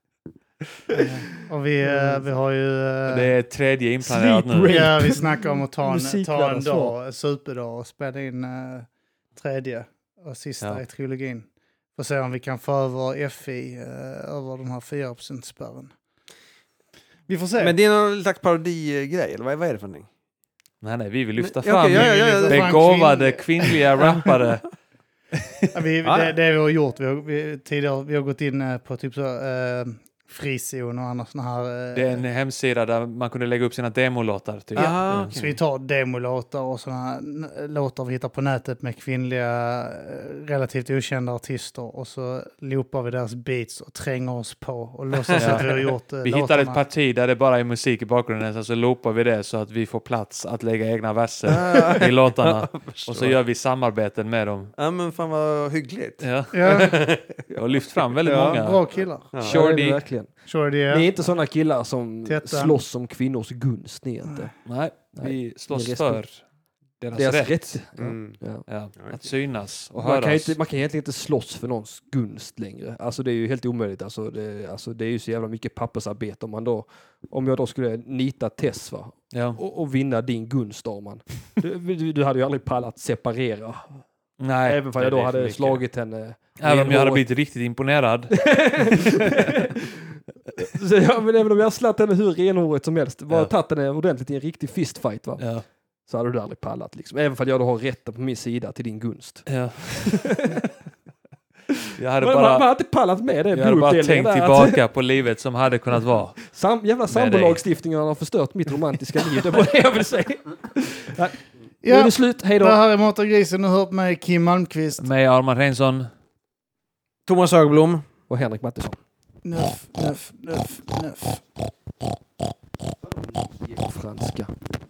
Och vi, eh, vi har ju... eh, Det är tredje inplanerat Sleep nu. ja, vi snackar om att ta en, ta Musikvärldens en svar. dag, en superdag och spela in uh, tredje och sista Ja. i trilogin. Får se om vi kan få över F I uh, över den här fyra procent-spärren. Vi får se. Men det är någon slags parodigrej, eller vad, vad är det för någonting? Nej, nej, vi vill lyfta Men- ja, fram okej, ja, ja, ja, det- begåvade Kvinn- kvinnliga rappare. Ja, vi, Ja, det, ja. det vi har gjort, vi har, vi, tidigare, vi har gått in eh, på typ så uh, frizon och andra sådana här... eh, Det är en hemsida där man kunde lägga upp sina demolåtar. Typ. Aha, Mm. okej. Så vi tar demolåtar och sådana låtar vi hittar på nätet med kvinnliga eh, relativt okända artister och så loopar vi deras beats och tränger oss på och låtsas Ja. att vi har gjort eh, Vi låtarna. hittar ett parti där det bara är musik i bakgrunden, sen så loopar vi det så att vi får plats att lägga egna verser i låtarna. Och så gör vi samarbeten med dem. Ja, men fan vad hyggligt. Ja. Ja, Jag har lyft fram väldigt Ja, många. bra killar. Ja. Ja, det är Shorty. det verkligen. Sure, det Ni är är. inte sådana killar som Tätten. slåss om kvinnors gunst. Ni är inte. Nej, vi Nej, slåss med för respekt. deras, Deras rätt. rätt. Mm. Ja. Ja, att synas och Man, kan ju höras. inte, man kan egentligen inte slåss för någons gunst längre. Alltså det är ju helt omöjligt. Alltså det, alltså det är ju så jävla mycket pappersarbete om man då, om jag då skulle nita Tess va, Ja. och, och vinna din gunst Arman. Du, du, du hade ju aldrig pallat separera. Nej, Även om jag det då är för hade mycket. slagit henne. även om jag hade renhåret. blivit riktigt imponerad. Så, ja, men även om jag slatt henne hur renhåret som helst, bara Ja. tagit henne ordentligt i en riktig fistfight va, Ja. så hade du aldrig pallat liksom. Även om jag då har rätten på min sida till din gunst. Ja. Jag hade Man, man, man bara, har inte pallat med det. jag hade bara bloduppdelningen tänkt där, att- tillbaka på livet som hade kunnat vara. Sam, jävla sambolagstiftningen har förstört mitt romantiska liv. Det var det jag vill säga. Nej, nu är Ja, det slut. Hej då. det här är Mat och grisen. Nu hör på mig Kim Malmqvist. Med Arman Reinsson. Thomas Högblom. Och Henrik Mattisson. Nuff, nuff, nuff, nuff. Franska.